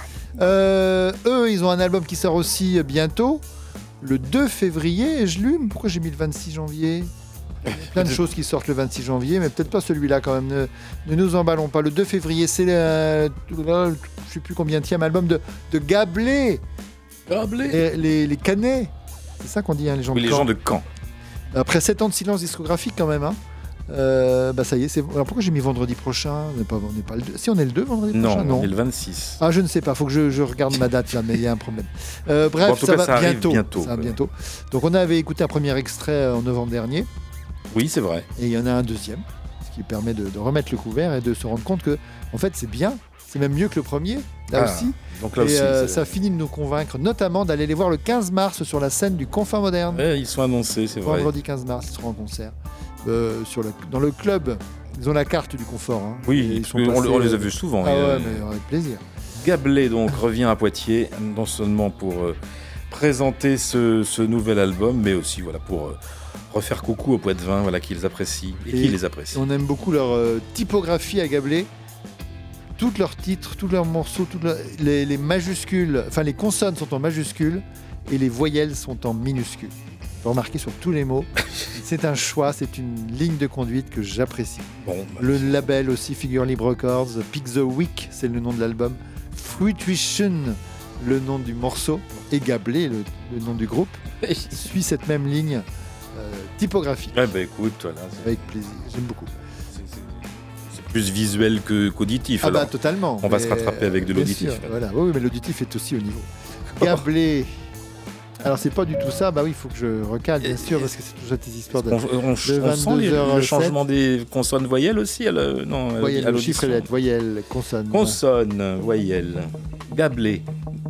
Eux, ils ont un album qui sort aussi bientôt, le 2 février. Et je lume. Pourquoi j'ai mis le 26 janvier ? Il y a plein de choses qui sortent le 26 janvier, mais peut-être pas celui-là quand même. Ne nous emballons pas. Le 2 février, c'est je ne sais plus combienième album de Gablé. Gablé. Les Canets. C'est ça qu'on dit, hein, les gens Oui, de les Caen. gens de Caen. Après 7 ans de silence discographique quand même. Hein. Bah ça y est. Alors pourquoi j'ai mis vendredi prochain ? On n'est pas le 2. Si on est le 2 vendredi prochain ? Non, on est le 26. Ah, je ne sais pas, faut que je regarde ma date là, mais il y a un problème. Bref, Bon, en tout ça cas, va ça arrive bientôt. bientôt, Ça va quoi. bientôt. Donc on avait écouté un premier extrait en novembre dernier, Oui, c'est vrai. et il y en a un deuxième, ce qui permet de remettre le couvert et de se rendre compte que, en fait, c'est bien, c'est même mieux que le premier, là Ah, aussi. donc là et aussi, c'est- ça finit de nous convaincre, notamment d'aller les voir le 15 mars sur la scène du Confin Moderne. Ouais, ils sont annoncés, c'est vrai. Vendredi 15 mars, ils seront en concert dans le club. Ils ont la carte du confort. Hein. Oui, Et ils parce qu'on les a vus souvent. Ah et, ouais, mais avec plaisir. Gablé donc revient à Poitiers, non seulement pour présenter ce nouvel album, mais aussi voilà pour refaire coucou aux Poitevins, voilà qu'ils apprécient et qui les apprécient. On aime beaucoup leur typographie à Gablé. Tous leurs titres, tous leurs morceaux, les majuscules, enfin les consonnes sont en majuscules et les voyelles sont en minuscules. Vous remarquez sur tous les mots, c'est un choix, c'est une ligne de conduite que j'apprécie. Bon, Le label aussi, Figure Libre Records, Pick the Week, c'est le nom de l'album, Fruition, le nom du morceau, et Gablé, le nom du groupe, suit cette même ligne typographique. bah écoute, voilà, Avec plaisir, j'aime beaucoup. c'est plus visuel qu'auditif. Ah alors. bah totalement. On va mais, se rattraper avec de bien l'auditif. sûr, Voilà, oui, mais l'auditif est aussi au niveau. Gablé. Alors c'est pas du tout ça, bah oui, il faut que je recale bien sûr, parce que c'est toujours cette histoire de On sent 22h07. le changement des consonnes voyelles aussi non, Voyelle, à le chiffre et l'audition. lettre, voyelle, consonne. Consonne, voyelle. Gablé.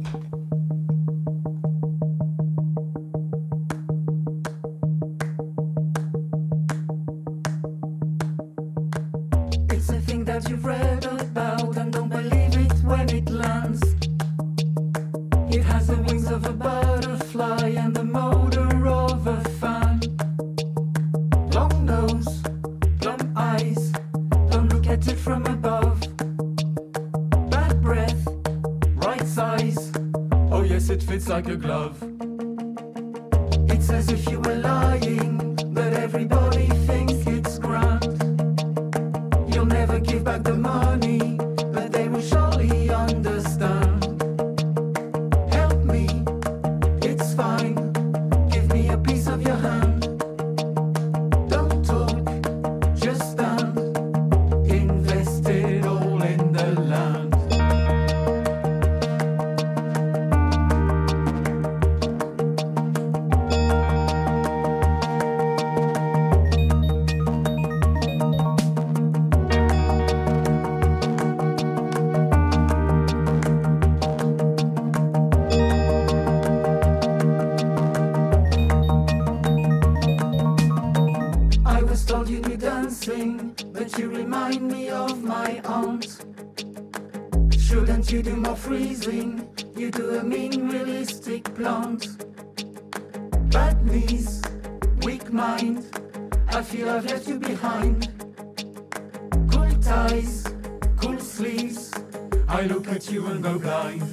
It's a thing that you've read about and don't believe it when it lands. It has the wings of a butterfly and the motor of a fan. Long nose, plump eyes, don't look at it from above. Bad breath, right size, oh yes, it fits like a glove. It's as if you were lying, but everybody thinks it's grand. You'll never give back the money, but they will surely understand. Help me, it's fine. Give me a piece of your hand. Don't talk, just stand. Invest it all in the land. I was told you knew dancing, but you remind me of my aunt. Shouldn't you do more freezing? You do a mean realistic plant. Bad knees, weak mind, I feel I've left you behind. Cool ties, cool sleeves, I look at you and go blind.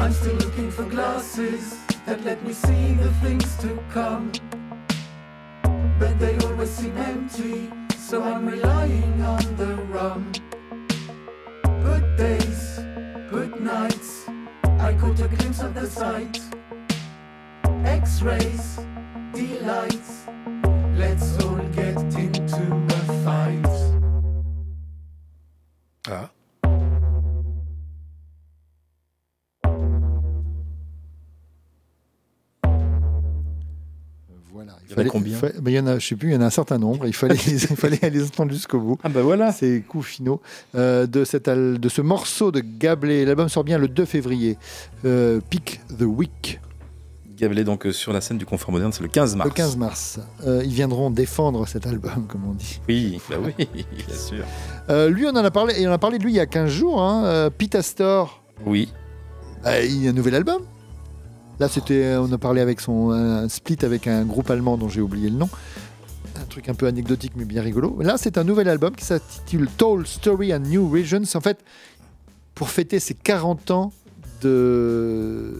I'm still looking for glasses that let me see the things to come. But they always seem empty, so I'm relying on the rum. Good days, good nights, I caught a glimpse of the sight. X-rays, delights, let's all get into a fight. Ah. Voilà. Il y en a combien il y en a, je sais plus, il y en a un certain nombre. Il fallait les entendre jusqu'au bout. Ah bah voilà. Ces coups finaux de ce morceau de Gablé. L'album sort bien le 2 février. Pick the Week. Gablé donc sur la scène du Confort Moderne, c'est le 15 mars. Le 15 mars. Ils viendront défendre cet album, comme on dit. Oui, bah oui, bien sûr. Lui, on en a parlé de lui il y a 15 jours. Pete Astor. Oui. Il y a un nouvel album. Là, on a parlé avec un split avec un groupe allemand dont j'ai oublié le nom. Un truc un peu anecdotique mais bien rigolo. Là, c'est un nouvel album qui s'intitule Tall Story and New Regions. En fait, pour fêter ses 40 ans de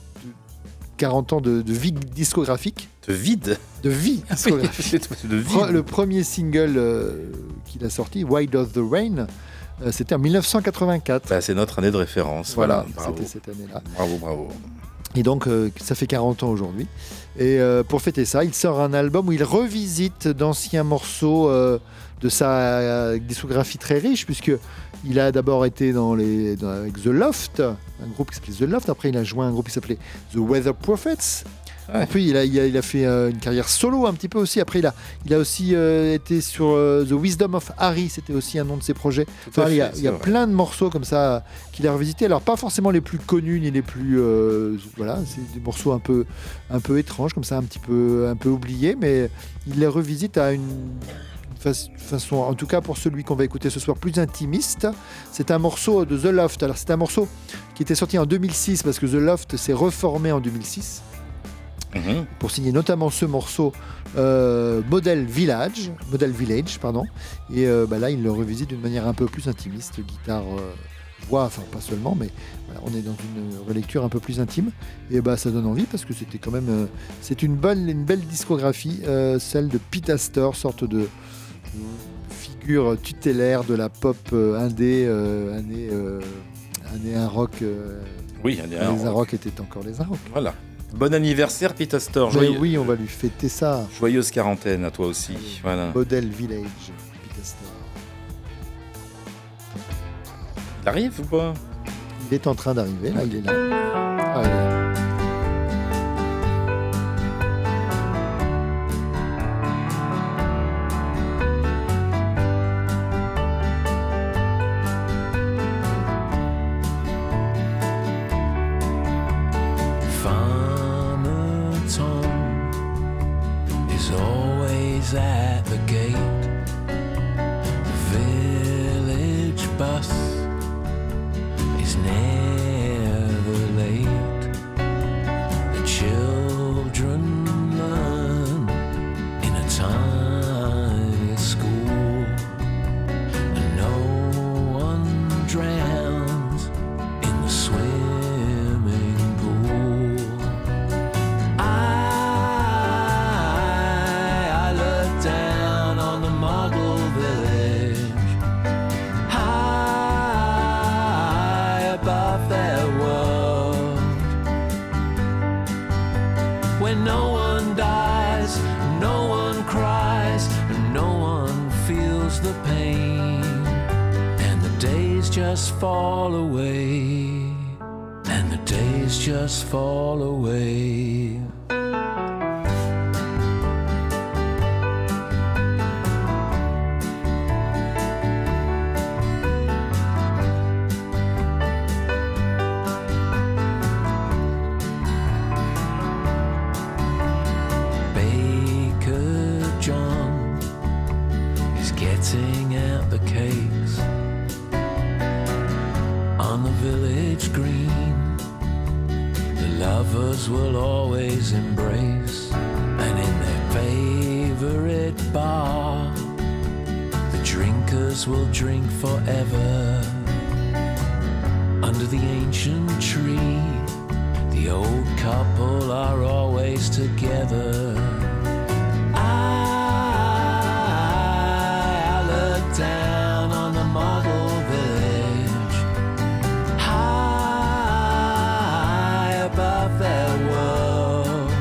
vie discographique. De vide. De vie discographique. De vie. Le premier single qu'il a sorti, Why Does the Rain, c'était en 1984. Bah, c'est notre année de référence. Voilà, c'était cette année-là. Bravo. Et donc, ça fait 40 ans aujourd'hui. Et pour fêter ça, il sort un album où il revisite d'anciens morceaux de sa discographie très riche, puisqu'il a d'abord été avec The Loft, un groupe qui s'appelait The Loft. Après, il a joint un groupe qui s'appelait The Weather Prophets. Ouais. Puis il a fait une carrière solo un petit peu aussi. Après, il a aussi été sur The Wisdom of Harry, c'était aussi un nom de ses projets. Enfin, il y a plein de morceaux comme ça qu'il a revisité. Alors, pas forcément les plus connus ni les plus. Voilà, c'est des morceaux un peu étranges, comme ça, un peu oubliés, mais il les revisite à une façon, en tout cas pour celui qu'on va écouter ce soir, plus intimiste. C'est un morceau de The Loft. Alors, c'est un morceau qui était sorti en 2006 parce que The Loft s'est reformé en 2006. Pour signer notamment ce morceau Model Village, et là il le revisite d'une manière un peu plus intimiste, guitare, voix, enfin pas seulement, mais voilà, on est dans une relecture un peu plus intime, et ça donne envie parce que c'était quand même c'est une belle discographie, celle de Pete Astor, sorte de figure tutélaire de la pop indé, année un rock. Oui, année un rock étaient encore les rock. Voilà. Bon anniversaire, Pete Astor. Oui, on va lui fêter ça. Joyeuse quarantaine à toi aussi. Voilà. Model Village, Pete Astor. Il arrive ou pas ? Il est en train d'arriver, là, il est là. Ah, il est là. At the gate, the village bus is never late. The children learn in a tiny school, and no one drowns in the swimming pool. Down on the model village, high above their world, where no one dies, no one cries, and no one feels the pain, and the days just fall away, and the days just fall away. Will always embrace, and in their favorite bar, the drinkers will drink forever under the ancient tree The old couple are always together. I look down on the model village, high above their world,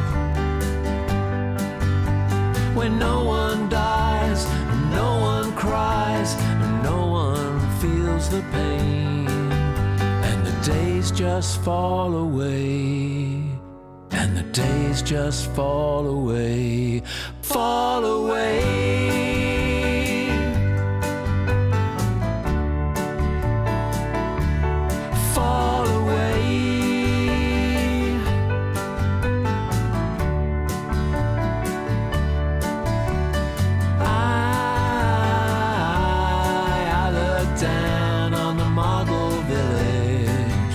where no one dies, and no one cries, and no one feels the pain, and the days just fall away, and the days just fall away, fall away. Fall away. I look down on the model village,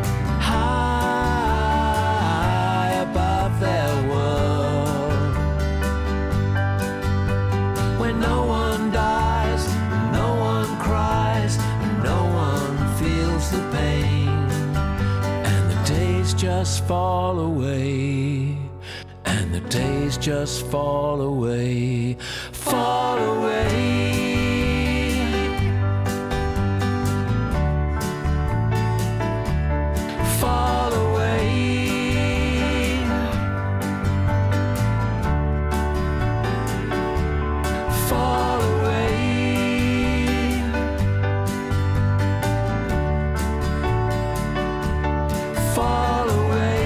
high above their world, where no one dies, no one cries, and no one feels the pain, and the days just fall away, and the days just fall away, fall away. Fall away. Fall away. Fall away.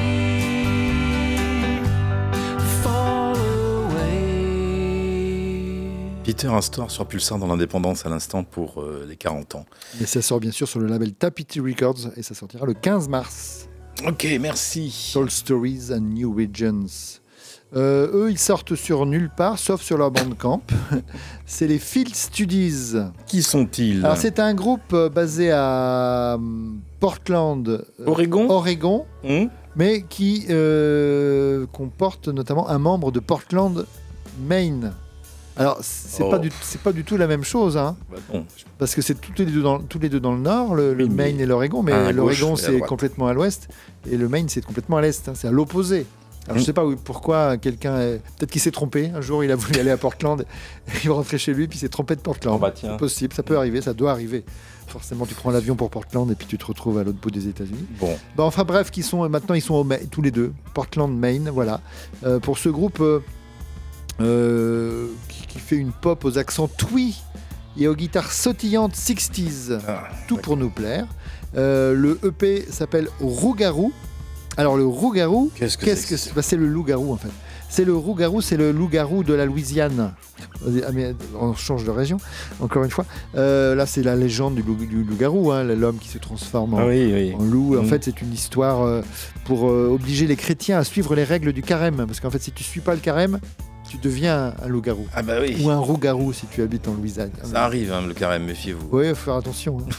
Fall away. Peter Astor sur Pulsar dans l'indépendance à l'instant pour les 40 ans. Et ça sort bien sûr sur le label Tapiti Records et ça sortira le 15 mars. Ok, merci. Soul Stories and New Regions. Eux, ils sortent sur nulle part, sauf sur leur Bandcamp. C'est les Field Studies. Qui sont-ils? Alors, c'est un groupe basé à Portland, Oregon, mais qui comporte notamment un membre de Portland, Maine. Alors, c'est pas du tout la même chose, hein, Bah non. parce que c'est tous les deux dans le nord, le Maine et l'Oregon, mais l'Oregon c'est complètement à l'ouest et le Maine c'est complètement à l'est, hein, c'est à l'opposé. Alors, je sais pas pourquoi peut-être qu'il s'est trompé. Un jour, il a voulu aller à Portland, il va rentrer chez lui, puis il s'est trompé de Portland. C'est possible, ça peut arriver, ça doit arriver. Forcément, tu prends l'avion pour Portland et puis tu te retrouves à l'autre bout des États-Unis. Bon. Bah, enfin bref, maintenant ils sont tous les deux, Portland, Maine, voilà. Pour ce groupe qui fait une pop aux accents twee et aux guitares sautillantes 60s, tout pour nous plaire. Le EP s'appelle Rougarou. Alors le rougarou, qu'est-ce que c'est? Bah, c'est le loup-garou en fait. C'est le rougarou, c'est le loup-garou de la Louisiane. Mais on change de région, encore une fois. Là, c'est la légende du loup-garou, hein, l'homme qui se transforme en loup. En fait, c'est une histoire pour obliger les chrétiens à suivre les règles du carême. Parce qu'en fait, si tu ne suis pas le carême, tu deviens un loup-garou. Ah bah oui. Ou un rougarou si tu habites en Louisiane. Ça arrive, hein, le carême, méfiez-vous. Oui, il faut faire attention. Hein.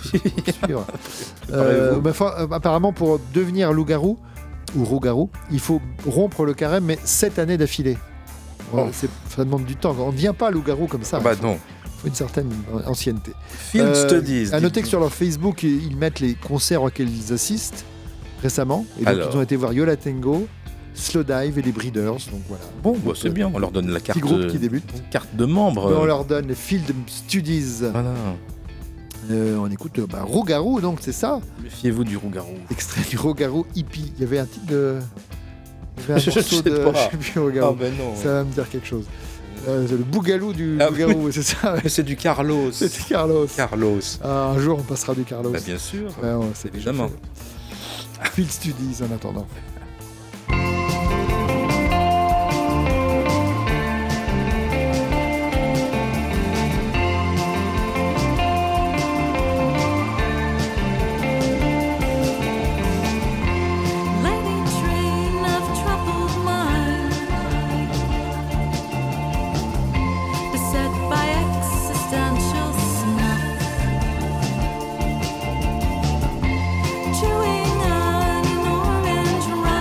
Apparemment, pour devenir loup-garou, ou rougarou, il faut rompre le carême, mais 7 années d'affilée. Ça demande du temps. On ne devient pas loup-garou comme ça. Bah non. Il faut une certaine ancienneté. Field Studies. À noter que sur leur Facebook, ils mettent les concerts auxquels ils assistent récemment. Et donc, ils ont été voir Yo La Tengo, Slowdive et les Breeders. Donc voilà. Bon, bah, c'est bien. On leur donne la carte. Petit groupe qui débute. Carte de membre. On leur donne les Field Studies. Voilà. On écoute Rougarou, donc c'est ça. Méfiez-vous du rougarou. Extrait du Rougarou hippie. Il y avait un titre de. Il y avait un Je morceau sais de. pas. Je sais plus, Rougarou. Ah ben non. Ça va me dire quelque chose. C'est le bougalou du Rougarou, c'est ça. Mais c'est du Carlos. C'était Carlos. Carlos. Ah, un jour, on passera du Carlos. Bah, bien sûr. Ouais, c'est évidemment. Field Studies en attendant. Chewing on an orange rind.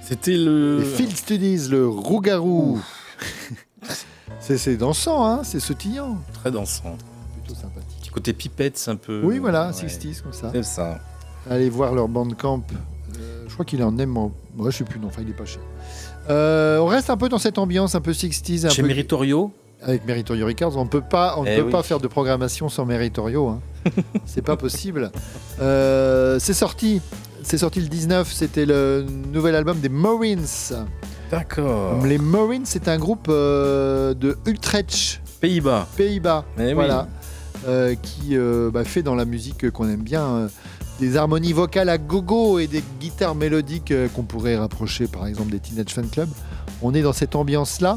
C'était le... Les Field Studies, le Rougarou. C'est dansant, hein, c'est sautillant. Très dansant. Plutôt sympathique. Petit côté pipette, c'est un peu... Oui, voilà, Ouais. 60s comme ça. C'est ça. Allez voir leur bandcamp. Je crois qu'il est en M. Moi, je sais plus, non, enfin, il est pas cher. On reste un peu dans cette ambiance un peu 60s. Chez Meritorio. Avec Meritorio Records, on ne peut pas faire de programmation sans Meritorio. Hein. C'est pas possible. C'est sorti le 19. C'était le nouvel album des Marines. D'accord. Les Marines, c'est un groupe de Utrecht, Pays-Bas. Voilà. Qui fait dans la musique qu'on aime bien des harmonies vocales à gogo et des guitares mélodiques qu'on pourrait rapprocher par exemple des Teenage Fan Club. On est dans cette ambiance-là.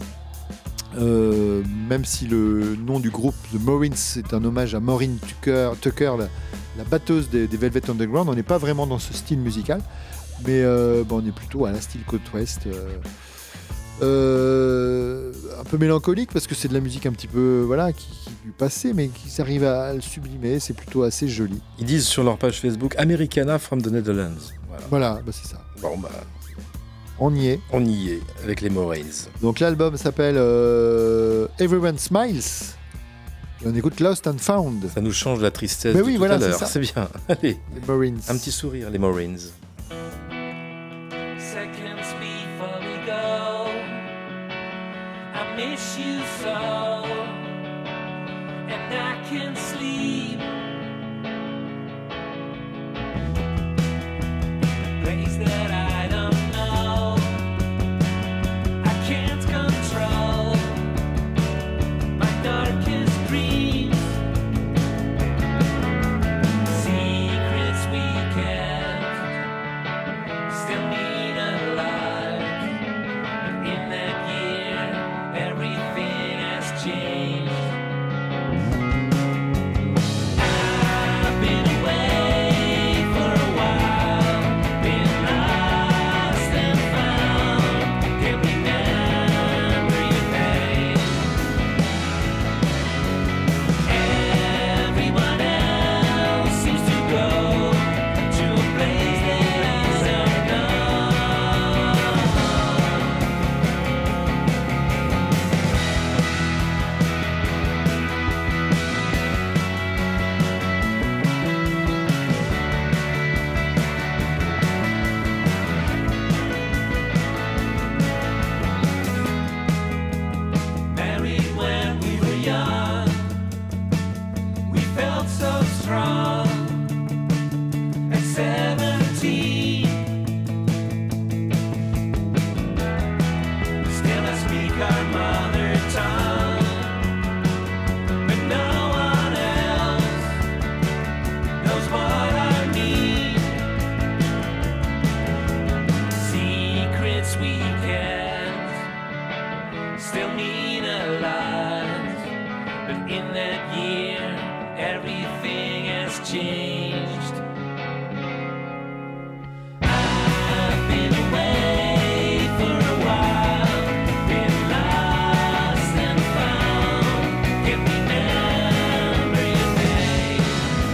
Même si le nom du groupe The Marines c'est un hommage à Maureen Tucker, la batteuse des Velvet Underground, on n'est pas vraiment dans ce style musical, mais on est plutôt à la style Côte Ouest, un peu mélancolique parce que c'est de la musique un petit peu qui du passé, mais qui s'arrive à le sublimer, c'est plutôt assez joli. Ils disent sur leur page Facebook Americana from the Netherlands. Voilà, c'est ça. Bon, on y est. On y est avec les Marines. Donc l'album s'appelle Everyone Smiles. Et on écoute Lost and Found. Ça nous change la tristesse Mais de oui, tout voilà, à l'heure. c'est ça. C'est bien. Allez. Les Marines. Un petit sourire, les Marines. Seconds before we go, I miss you so, and I can sleep. Place that I don't know, I can't control my darkest dreams. Secrets we kept still need a life. But in that year, everything has changed. I've been away for a while, been lost and found, can't remember your name. Everyone else seems to go to a place that is unknown. Married when we were young, we felt so strong. At 17, still I speak our mother tongue, but no one else knows what I mean. Secrets we kept still mean a lot, but in that year everything has changed. I've been away for a while, been lost and found, can't remember your name.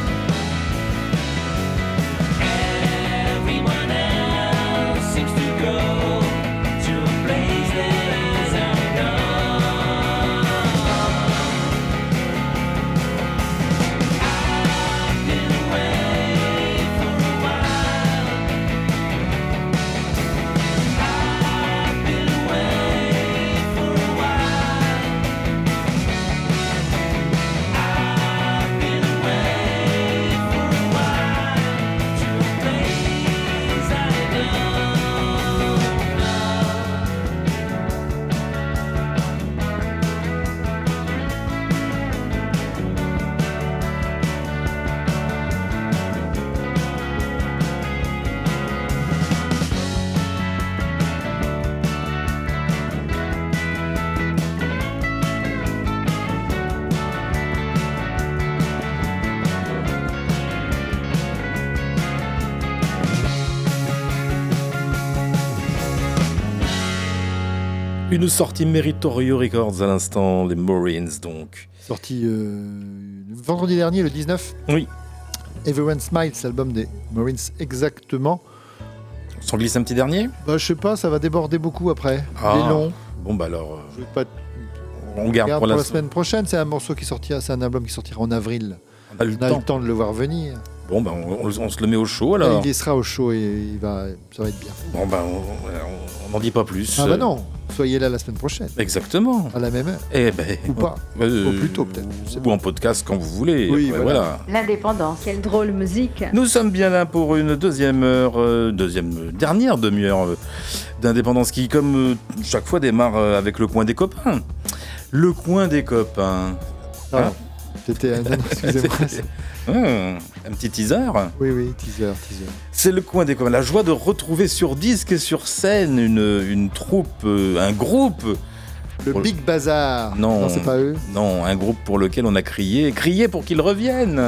Everyone else seems to go to a place that is unknown. I've been away for a while. I've been away for a while. I've been away for a while to a place I don't know. Une sortie Meritorio Records à l'instant, les Marines donc. Sorti vendredi dernier, le 19. Oui. Everyone Smiles, l'album des Marines exactement. On s'en glisse un petit dernier ? Bah, je sais pas, ça va déborder beaucoup après. Ah. Il est long. Bon, bah alors, Je vais pas on garde regarde pour la semaine prochaine. C'est un morceau qui sortira, c'est un album qui sortira en avril. On a eu le On a eu temps. le temps de le voir venir. Bon, bah on se le met au chaud alors. Il sera au chaud et ça va être bien. Bon, bah on n'en dit pas plus. Ah bah non, soyez là la semaine prochaine. Exactement. À la même heure. Eh ben, Ou pas. Ou plus tôt peut-être. Ou en podcast quand vous voulez. Oui, Après, voilà. L'indépendance. Quelle drôle musique. Nous sommes bien là pour une deuxième dernière demi-heure d'indépendance qui, comme chaque fois, démarre avec le coin des copains. Le coin des copains. Ah, c'était un... excusez-moi. Un petit teaser. Oui, teaser. C'est le coin des copains. La joie de retrouver sur disque et sur scène une troupe, un groupe. Le Big Bazar. Non, c'est pas eux. Non, un groupe pour lequel on a crié pour qu'ils reviennent.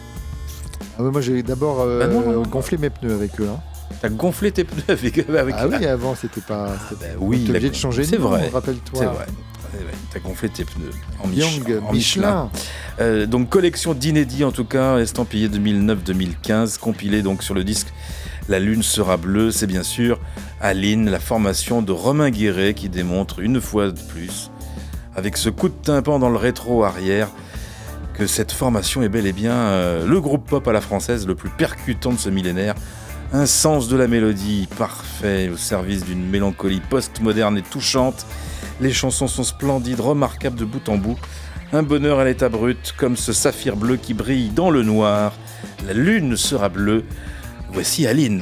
Ah ouais, moi j'ai d'abord gonflé mes pneus avec eux. Hein. T'as gonflé tes pneus avec Ah oui, avant c'était pas. Oui, t'es obligé de changer. C'est vrai. Rappelle-toi. C'est vrai. T'as gonflé tes pneus en Young Michelin. Donc collection d'inédits en tout cas, estampillé 2009-2015, compilé donc sur le disque La Lune sera bleue. C'est bien sûr Aline, la formation de Romain Guéret qui démontre une fois de plus, avec ce coup de tympan dans le rétro arrière, que cette formation est bel et bien le groupe pop à la française le plus percutant de ce millénaire. Un sens de la mélodie parfait au service d'une mélancolie post-moderne et touchante. Les chansons sont splendides, remarquables de bout en bout. Un bonheur à l'état brut, comme ce saphir bleu qui brille dans le noir. La lune sera bleue. Voici Aline.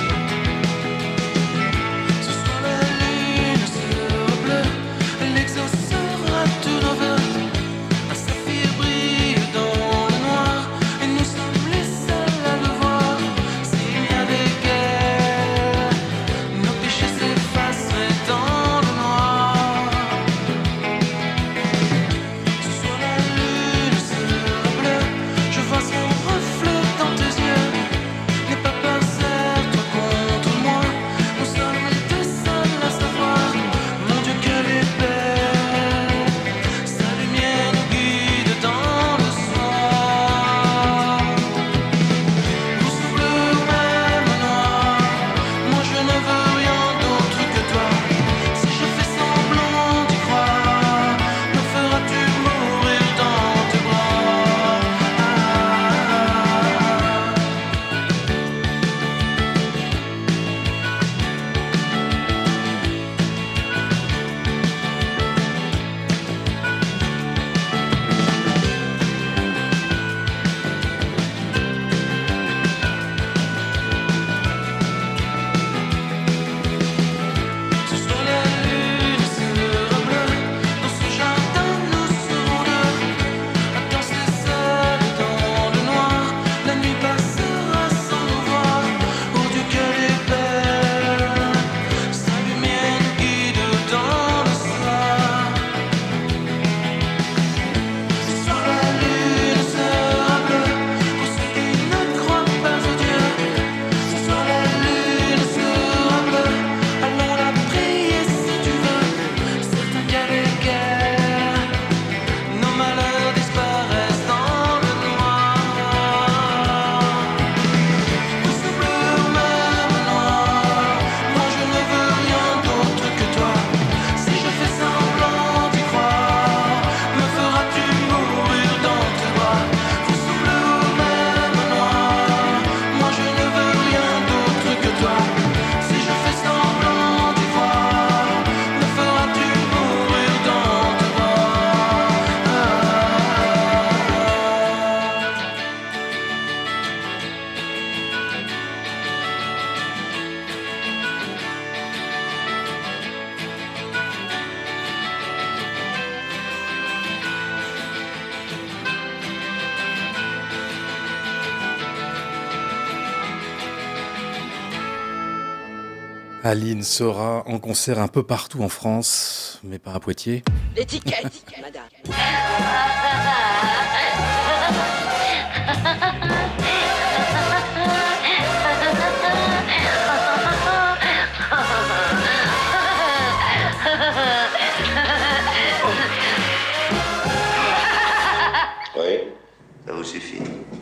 Ce soir la lune sera bleue, l'exorcisme Aline sera en concert un peu partout en France, mais pas à Poitiers. L'étiquette, madame. Oui. Ça vous suffit.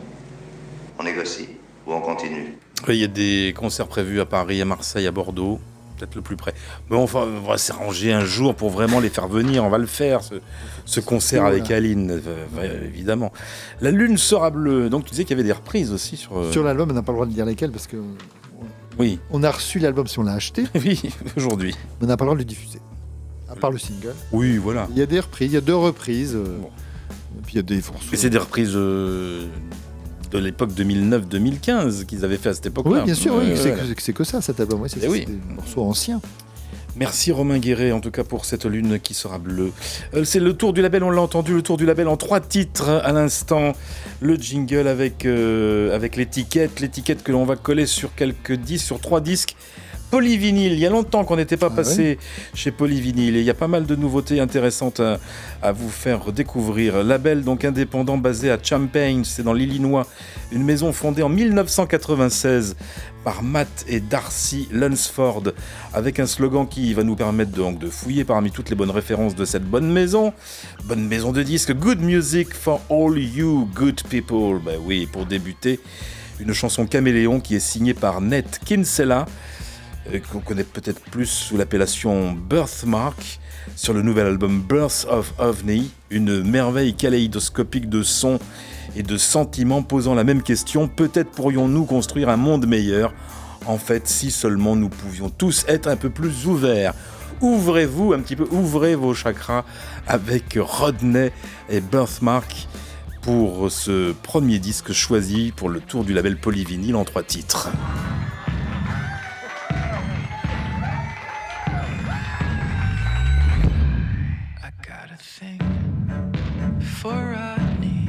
On négocie ou on continue? Il y a des concerts prévus à Paris, à Marseille, à Bordeaux, peut-être le plus près. Mais enfin, on va s'arranger un jour pour vraiment les faire venir. On va le faire, ce concert avec Aline, évidemment. La lune sera bleue. Donc tu disais qu'il y avait des reprises aussi sur... Sur l'album, on n'a pas le droit de dire lesquelles parce que... Oui. On a reçu l'album si on l'a acheté. Oui, aujourd'hui. Mais on n'a pas le droit de le diffuser. À part le single. Oui, voilà. Il y a des reprises, il y a 2 reprises. Et puis il y a des morceaux. Et c'est des reprises de l'époque 2009-2015 qu'ils avaient fait à cette époque-là. Oui, bien sûr, oui, c'est que ça, cet album. Oui, c'est des morceaux anciens. Merci Romain Guéret, en tout cas, pour cette lune qui sera bleue. C'est le tour du label, on l'a entendu, le tour du label en 3 titres à l'instant. Le jingle avec l'étiquette que l'on va coller sur quelques disques, sur 3 disques. Polyvinyl, il y a longtemps qu'on n'était pas passé chez Polyvinyl et il y a pas mal de nouveautés intéressantes à vous faire découvrir. Label donc indépendant basé à Champaign, c'est dans l'Illinois, une maison fondée en 1996 par Matt et Darcy Lunsford, avec un slogan qui va nous permettre donc de fouiller parmi toutes les bonnes références de cette bonne maison de disques. Good music for all you good people. Ben oui, pour débuter, une chanson Caméléon qui est signée par Ned Kinsella, qu'on connaît peut-être plus sous l'appellation Birthmark, sur le nouvel album Birth of OVNI, une merveille kaléidoscopique de sons et de sentiments posant la même question: peut-être pourrions-nous construire un monde meilleur? En fait, si seulement nous pouvions tous être un peu plus ouverts. Ouvrez-vous un petit peu, ouvrez vos chakras avec Rodney et Birthmark pour ce premier disque choisi pour le tour du label Polyvinyl en 3 titres. For Rodney,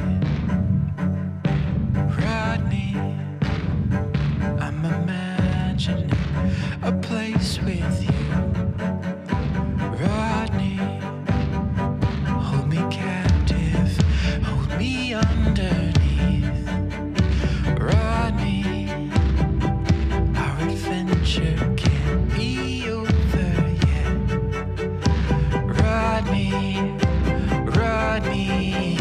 I'm imagining a place with you. Rodney, hold me captive, hold me underneath. Rodney, our adventure can't be over yet. Rodney, Rodney.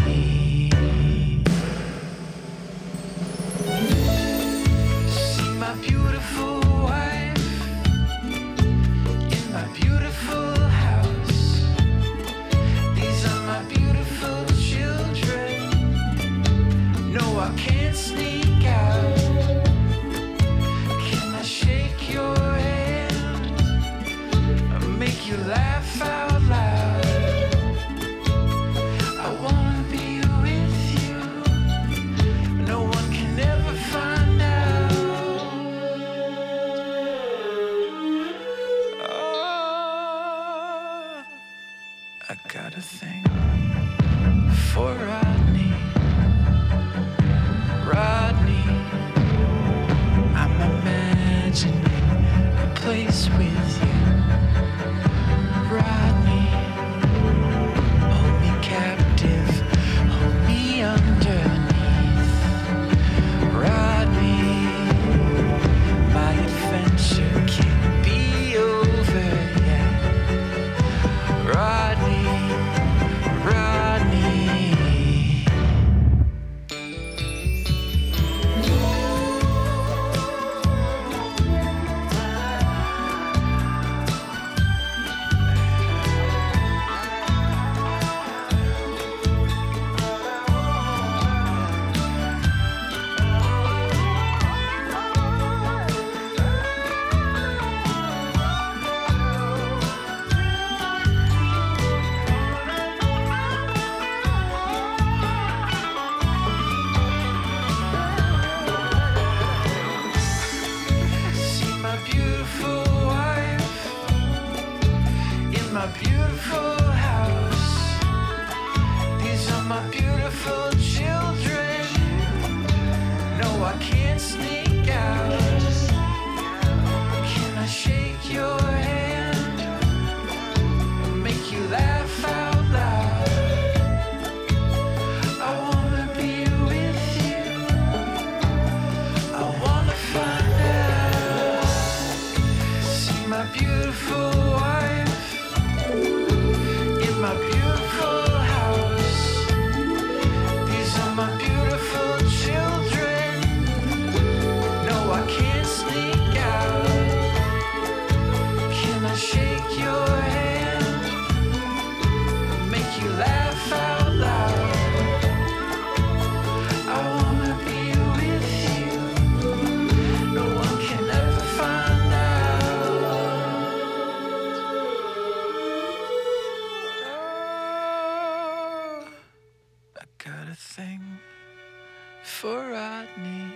See my beautiful wife in my beautiful house. These are my beautiful children. No, I can't sneak out. Can I shake your hand? Or make you laugh out loud? I got a thing for Rodney. Rodney, I'm imagining a place with you. Rodney, hold me captive, hold me underneath. Rodney, my adventure can't be over yet. Rodney, Rodney. See my beautiful wife in my beautiful house. These are my beautiful children. No, I can't sneak out. Can I shake your a thing for Rodney.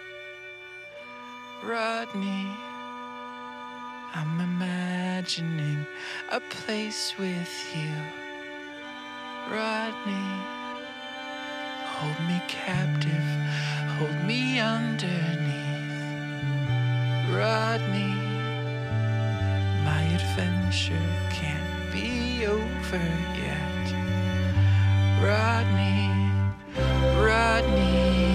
Rodney, I'm imagining a place with you. Rodney, hold me captive, hold me underneath. Rodney, my adventure can't be over yet. Rodney, Rodney.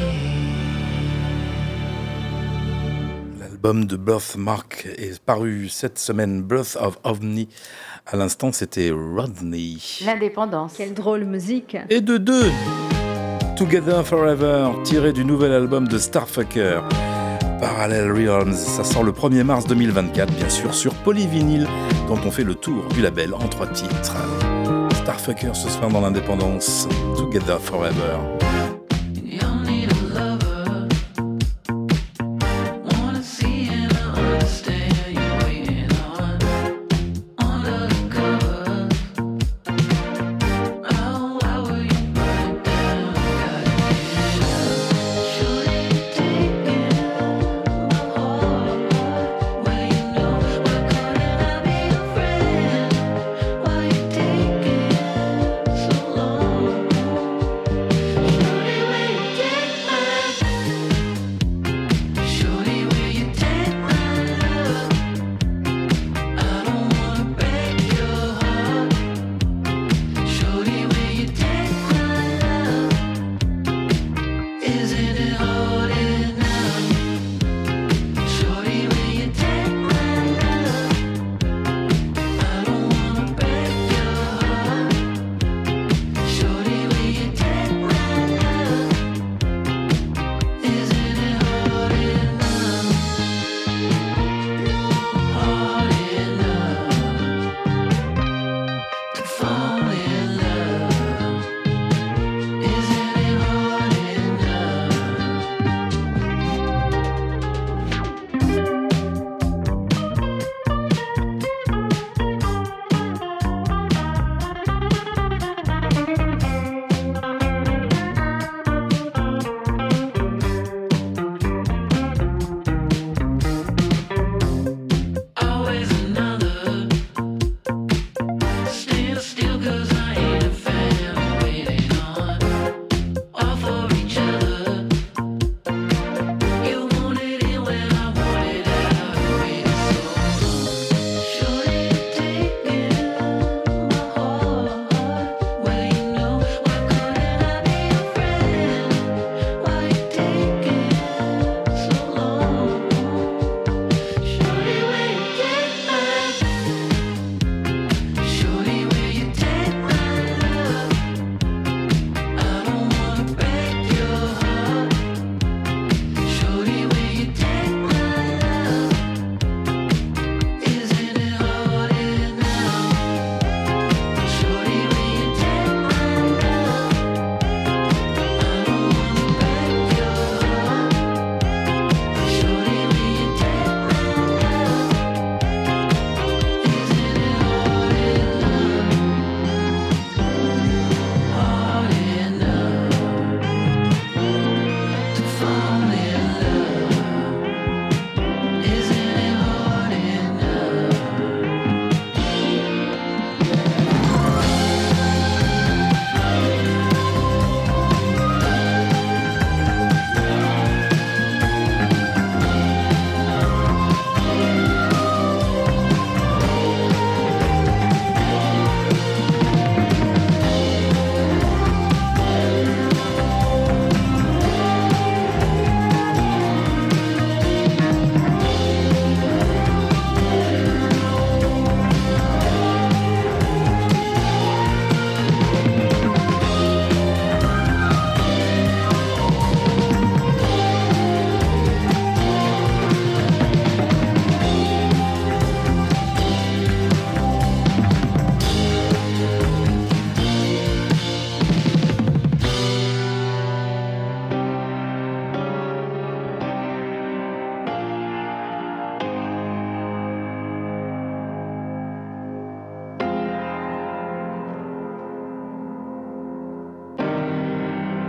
L'album de Birthmark est paru cette semaine, Birth of OVNI. À l'instant, c'était Rodney. L'indépendance. Quelle drôle musique. Et de deux, Together Forever, tiré du nouvel album de Starfucker, Parallel Realms. Ça sort le 1er mars 2024, bien sûr, sur Polyvinyl, dont on fait le tour du label en 3 titres. Starfucker ce soir dans l'indépendance, Together Forever. Why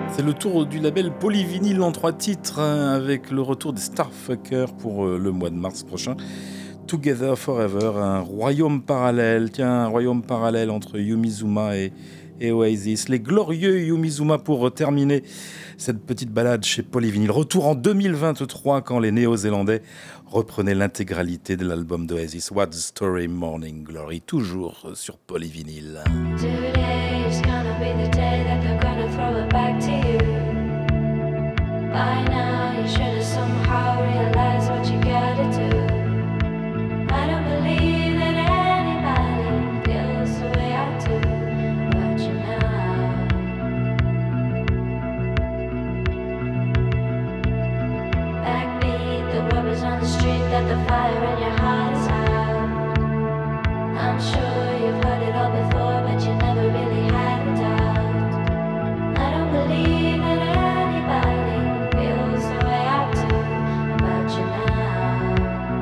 C'est le tour du label Polyvinyl en 3 titres, hein, avec le retour des Starfuckers pour le mois de mars prochain. Together Forever, un royaume parallèle. Tiens, un royaume parallèle entre Yumizuma et Oasis. Les glorieux Yumizuma pour terminer cette petite balade chez Polyvinyl. Retour en 2023 quand les Néo-Zélandais reprenaient l'intégralité de l'album d'Oasis, What's the Story Morning Glory, toujours sur Polyvinyl. Today is gonna be the day that they're gonna throw it back to you. By now you should have somehow realized what you gotta do. I don't believe that anybody feels the way I do about you now. Backbeat, the rubbers on the street, that the fire in your heart is out. I'm sure you've heard it all before, but you never really had a doubt. I don't believe that anybody feels the way I do about you now.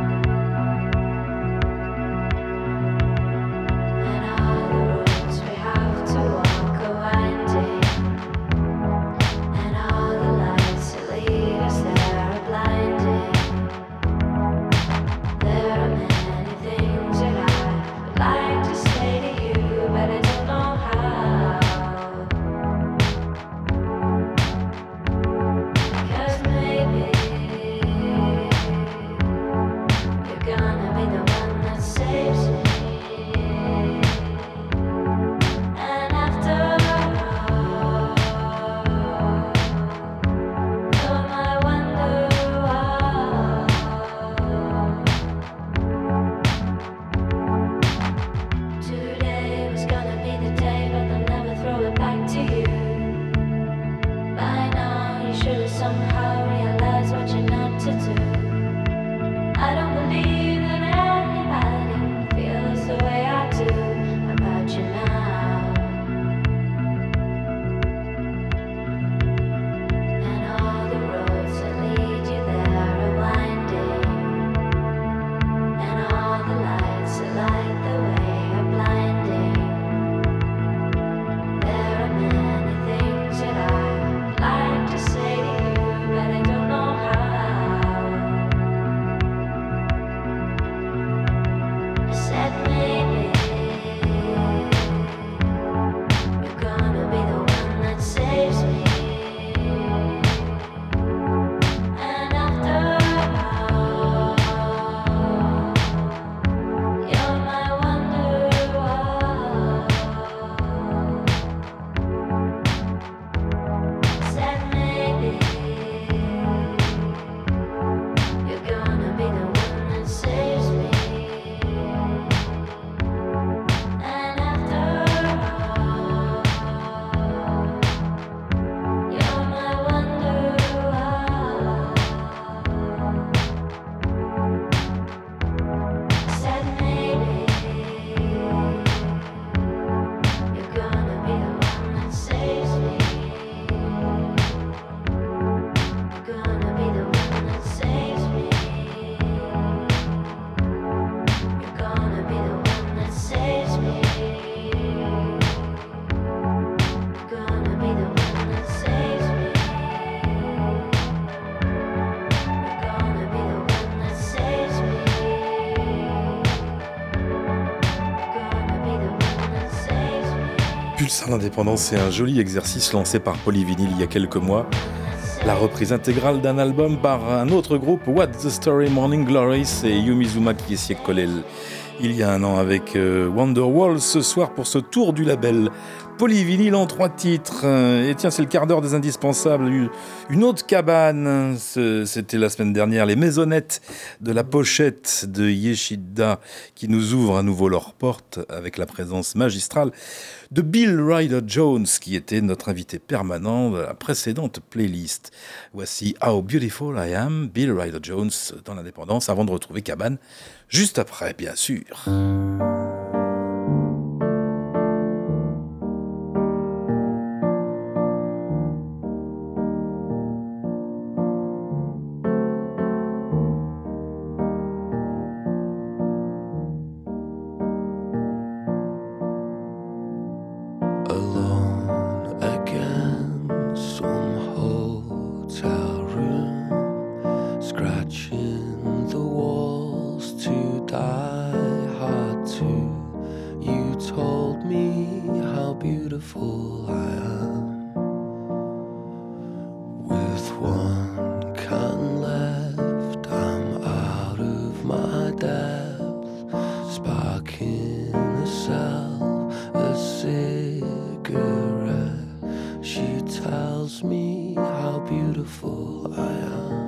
And all the roads we have to walk are winding, and all the lights that lead us there are blinding. There are many things that I would like to say to you, but I don't know how. 'Cause maybe you're gonna be the one that saves me. And after all, you're my wonder-wall. Today was gonna be the day, but they'll never throw it back to you. By now you should have somehow realized what you're not to do. I don't believe that anybody feels the way I do about you now. And all the roads that lead you there are winding, and all the lights that light the way are blinding. There are many things that I would like to say to you, but I don't know how. I said maybe you're gonna be the one that saves me. And after all, you're my wonder-wall. Said maybe you're gonna be the one that saves me. And after all, you're my wonder-wall. Said maybe you're gonna be the one that saves me. You're gonna be the one that saves me. You're gonna be the one that saves me. You're gonna be the one that saves me. You're gonna be the one that saves me. You're gonna be the one that saves me. Pulsar l'indépendance, c'est un joli exercice lancé par Polyvinyl il y a quelques mois. La reprise intégrale d'un album par un autre groupe, What's the Story Morning Glory, c'est Yumizuma qui s'y est collé il y a un an avec Wonderwall ce soir pour ce tour du label Polyvinyl en 3 titres. Et tiens, c'est le quart d'heure des indispensables. Une autre cabane, c'était la semaine dernière, les maisonnettes de la pochette de Yeshida qui nous ouvrent à nouveau leurs portes avec la présence magistrale de Bill Ryder Jones qui était notre invité permanent de la précédente playlist. Voici How Beautiful I Am, Bill Ryder Jones dans l'indépendance avant de retrouver Cabane juste après, bien sûr. Alone again, so beautiful I am.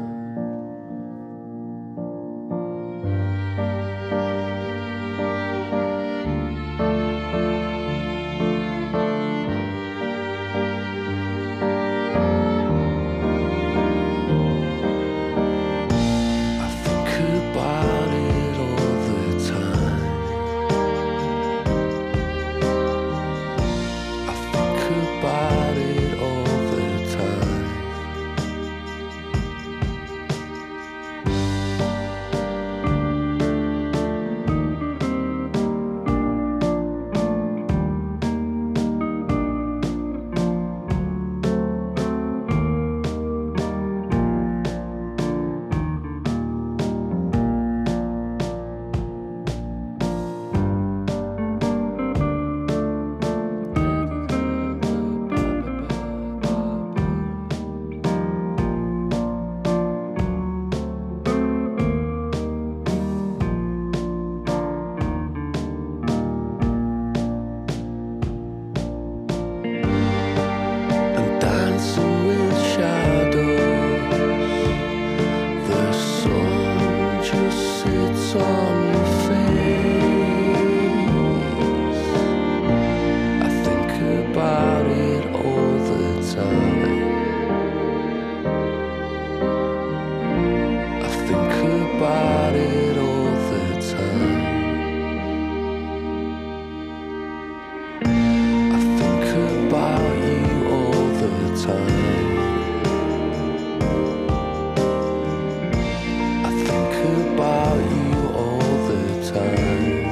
About it all the time. I think about it all the time. And dancing with shadows, the sun just sits on your face. I think about it all the time. I think about it all the time. I think about you all the time. I think about you all the time.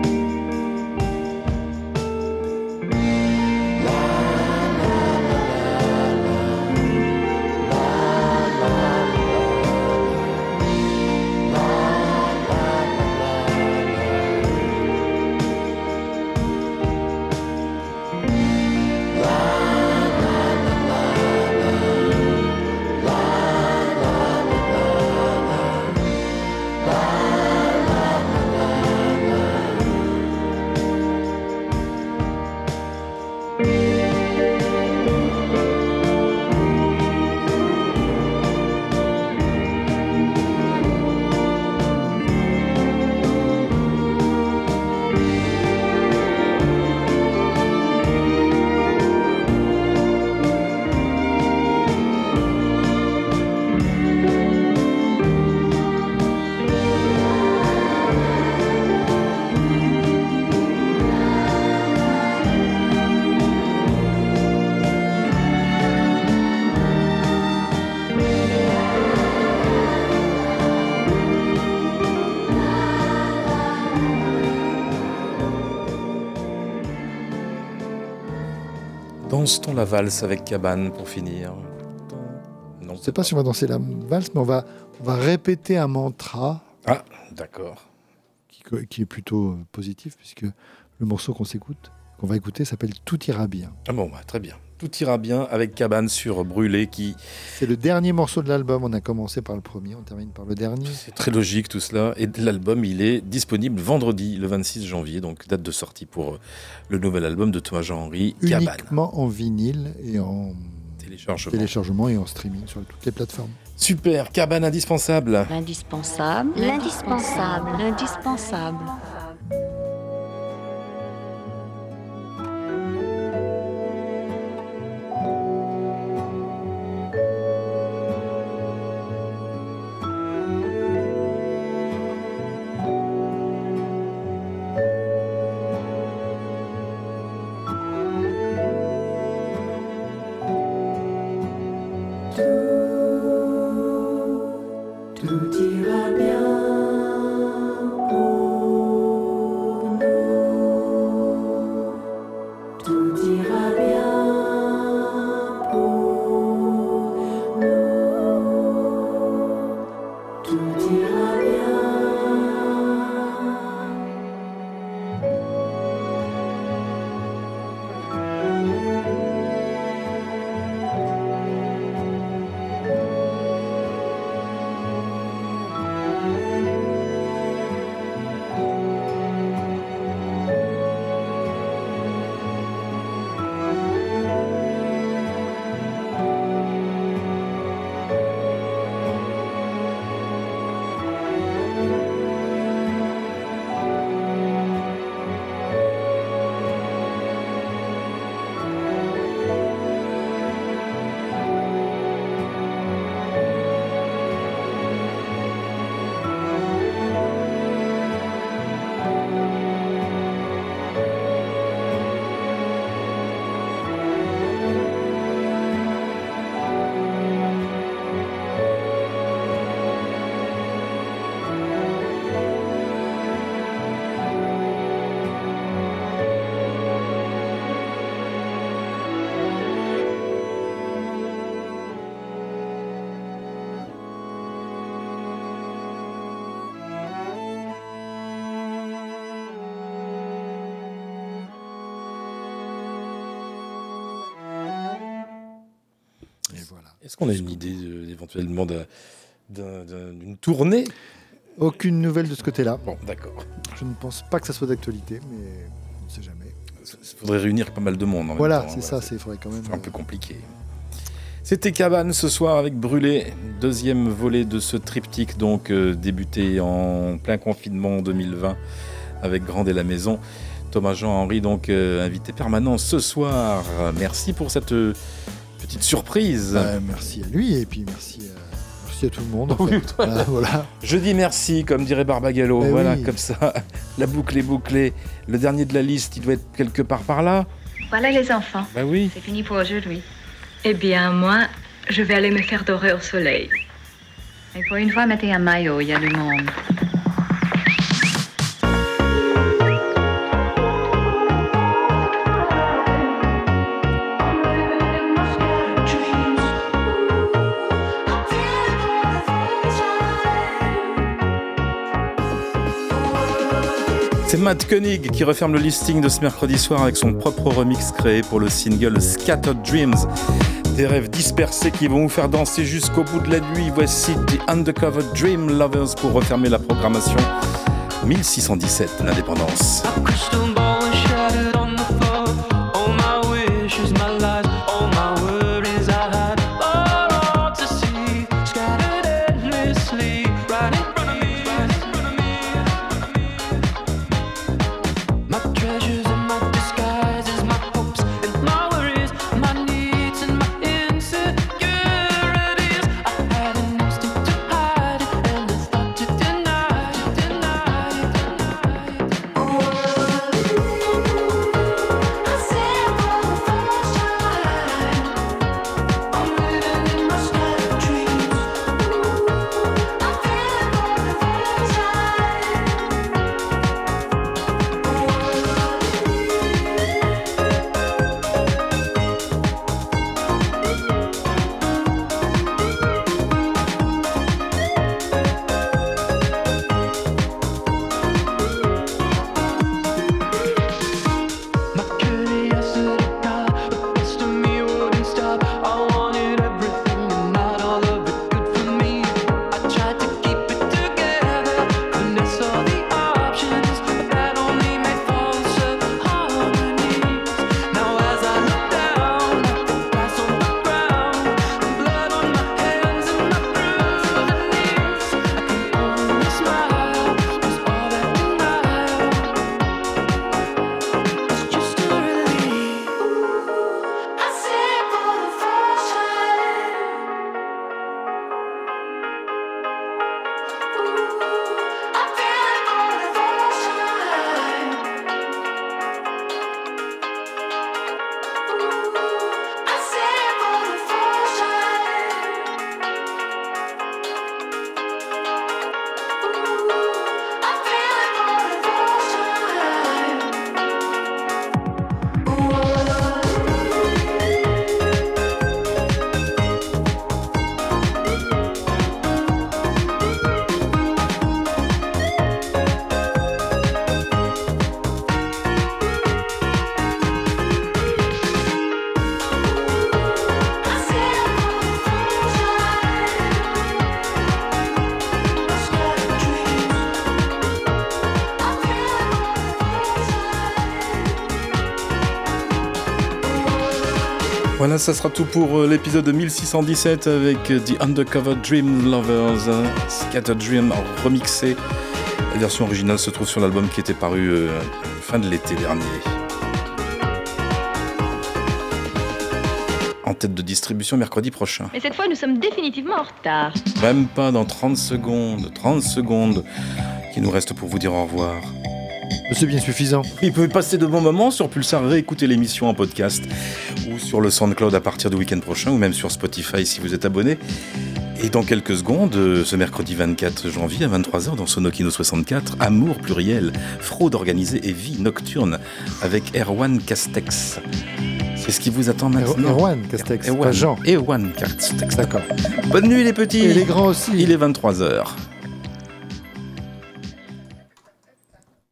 Danse-t-on la valse avec Cabane pour finir? Non. Je ne sais pas si on va danser la valse, mais on va répéter un mantra. Ah, d'accord. Qui est plutôt positif, puisque le morceau qu'on va écouter s'appelle Tout ira bien. Ah bon, très bien. Tout ira bien avec Cabane sur Brûlé qui... C'est le dernier morceau de l'album, on a commencé par le premier, on termine par le dernier. C'est très logique tout cela. Et l'album, il est disponible vendredi, le 26 janvier, donc date de sortie pour le nouvel album de Thomas Jean-Henri, Cabane. Uniquement en vinyle et en téléchargement et en streaming sur toutes les plateformes. Super, Cabane indispensable. L'indispensable. L'indispensable. L'indispensable. Tout ira bien pour nous. Tout ira bien pour nous. Tout ira bien. Est-ce qu'on a une idée éventuellement d'une tournée? Aucune nouvelle de ce côté-là. Bon, d'accord. Je ne pense pas que ça soit d'actualité, mais on ne sait jamais. Il faudrait réunir pas mal de monde en Voilà, même temps. c'est ça, il faudrait quand même... C'est un peu compliqué. C'était Cabane ce soir avec Brûlé, deuxième volet de ce triptyque, donc débuté en plein confinement en 2020 avec Grande et la Maison. Thomas Jean-Henry, donc invité permanent ce soir. Merci pour cette petite surprise. Merci à lui et puis merci à tout le monde. En fait. Voilà. Je dis merci, comme dirait Barbagallo. Voilà, oui. comme ça, la boucle est bouclée. Le dernier de la liste, il doit être quelque part par là. Voilà les enfants. Bah oui. C'est fini pour aujourd'hui. Eh bien, moi, je vais aller me faire dorer au soleil. Et pour une fois, mettez un maillot, il y a du monde. C'est Matt Koenig qui referme le listing de ce mercredi soir avec son propre remix créé pour le single Scattered Dreams. Des rêves dispersés qui vont vous faire danser jusqu'au bout de la nuit. Voici The Undercover Dream Lovers pour refermer la programmation. 1617, l'indépendance. Voilà, ça sera tout pour l'épisode 1617 avec The Undercover Dream Lovers, Scattered Dream remixé. La version originale se trouve sur l'album qui était paru fin de l'été dernier. En tête de distribution mercredi prochain. Mais cette fois, nous sommes définitivement en retard. Même pas dans 30 secondes qui nous reste pour vous dire au revoir. C'est bien suffisant. Vous pouvez passer de bons moments sur Pulsar, réécouter l'émission en podcast ou sur le SoundCloud à partir du week-end prochain ou même sur Spotify si vous êtes abonné. Et dans quelques secondes, ce mercredi 24 janvier à 23h dans Sonokino 64, Amour pluriel, fraude organisée et vie nocturne avec Erwan Castex. C'est ce qui vous attend maintenant. Erwan Castex, pas Jean. Erwan Castex. D'accord. Bonne nuit les petits. Et les grands aussi. Il est 23h.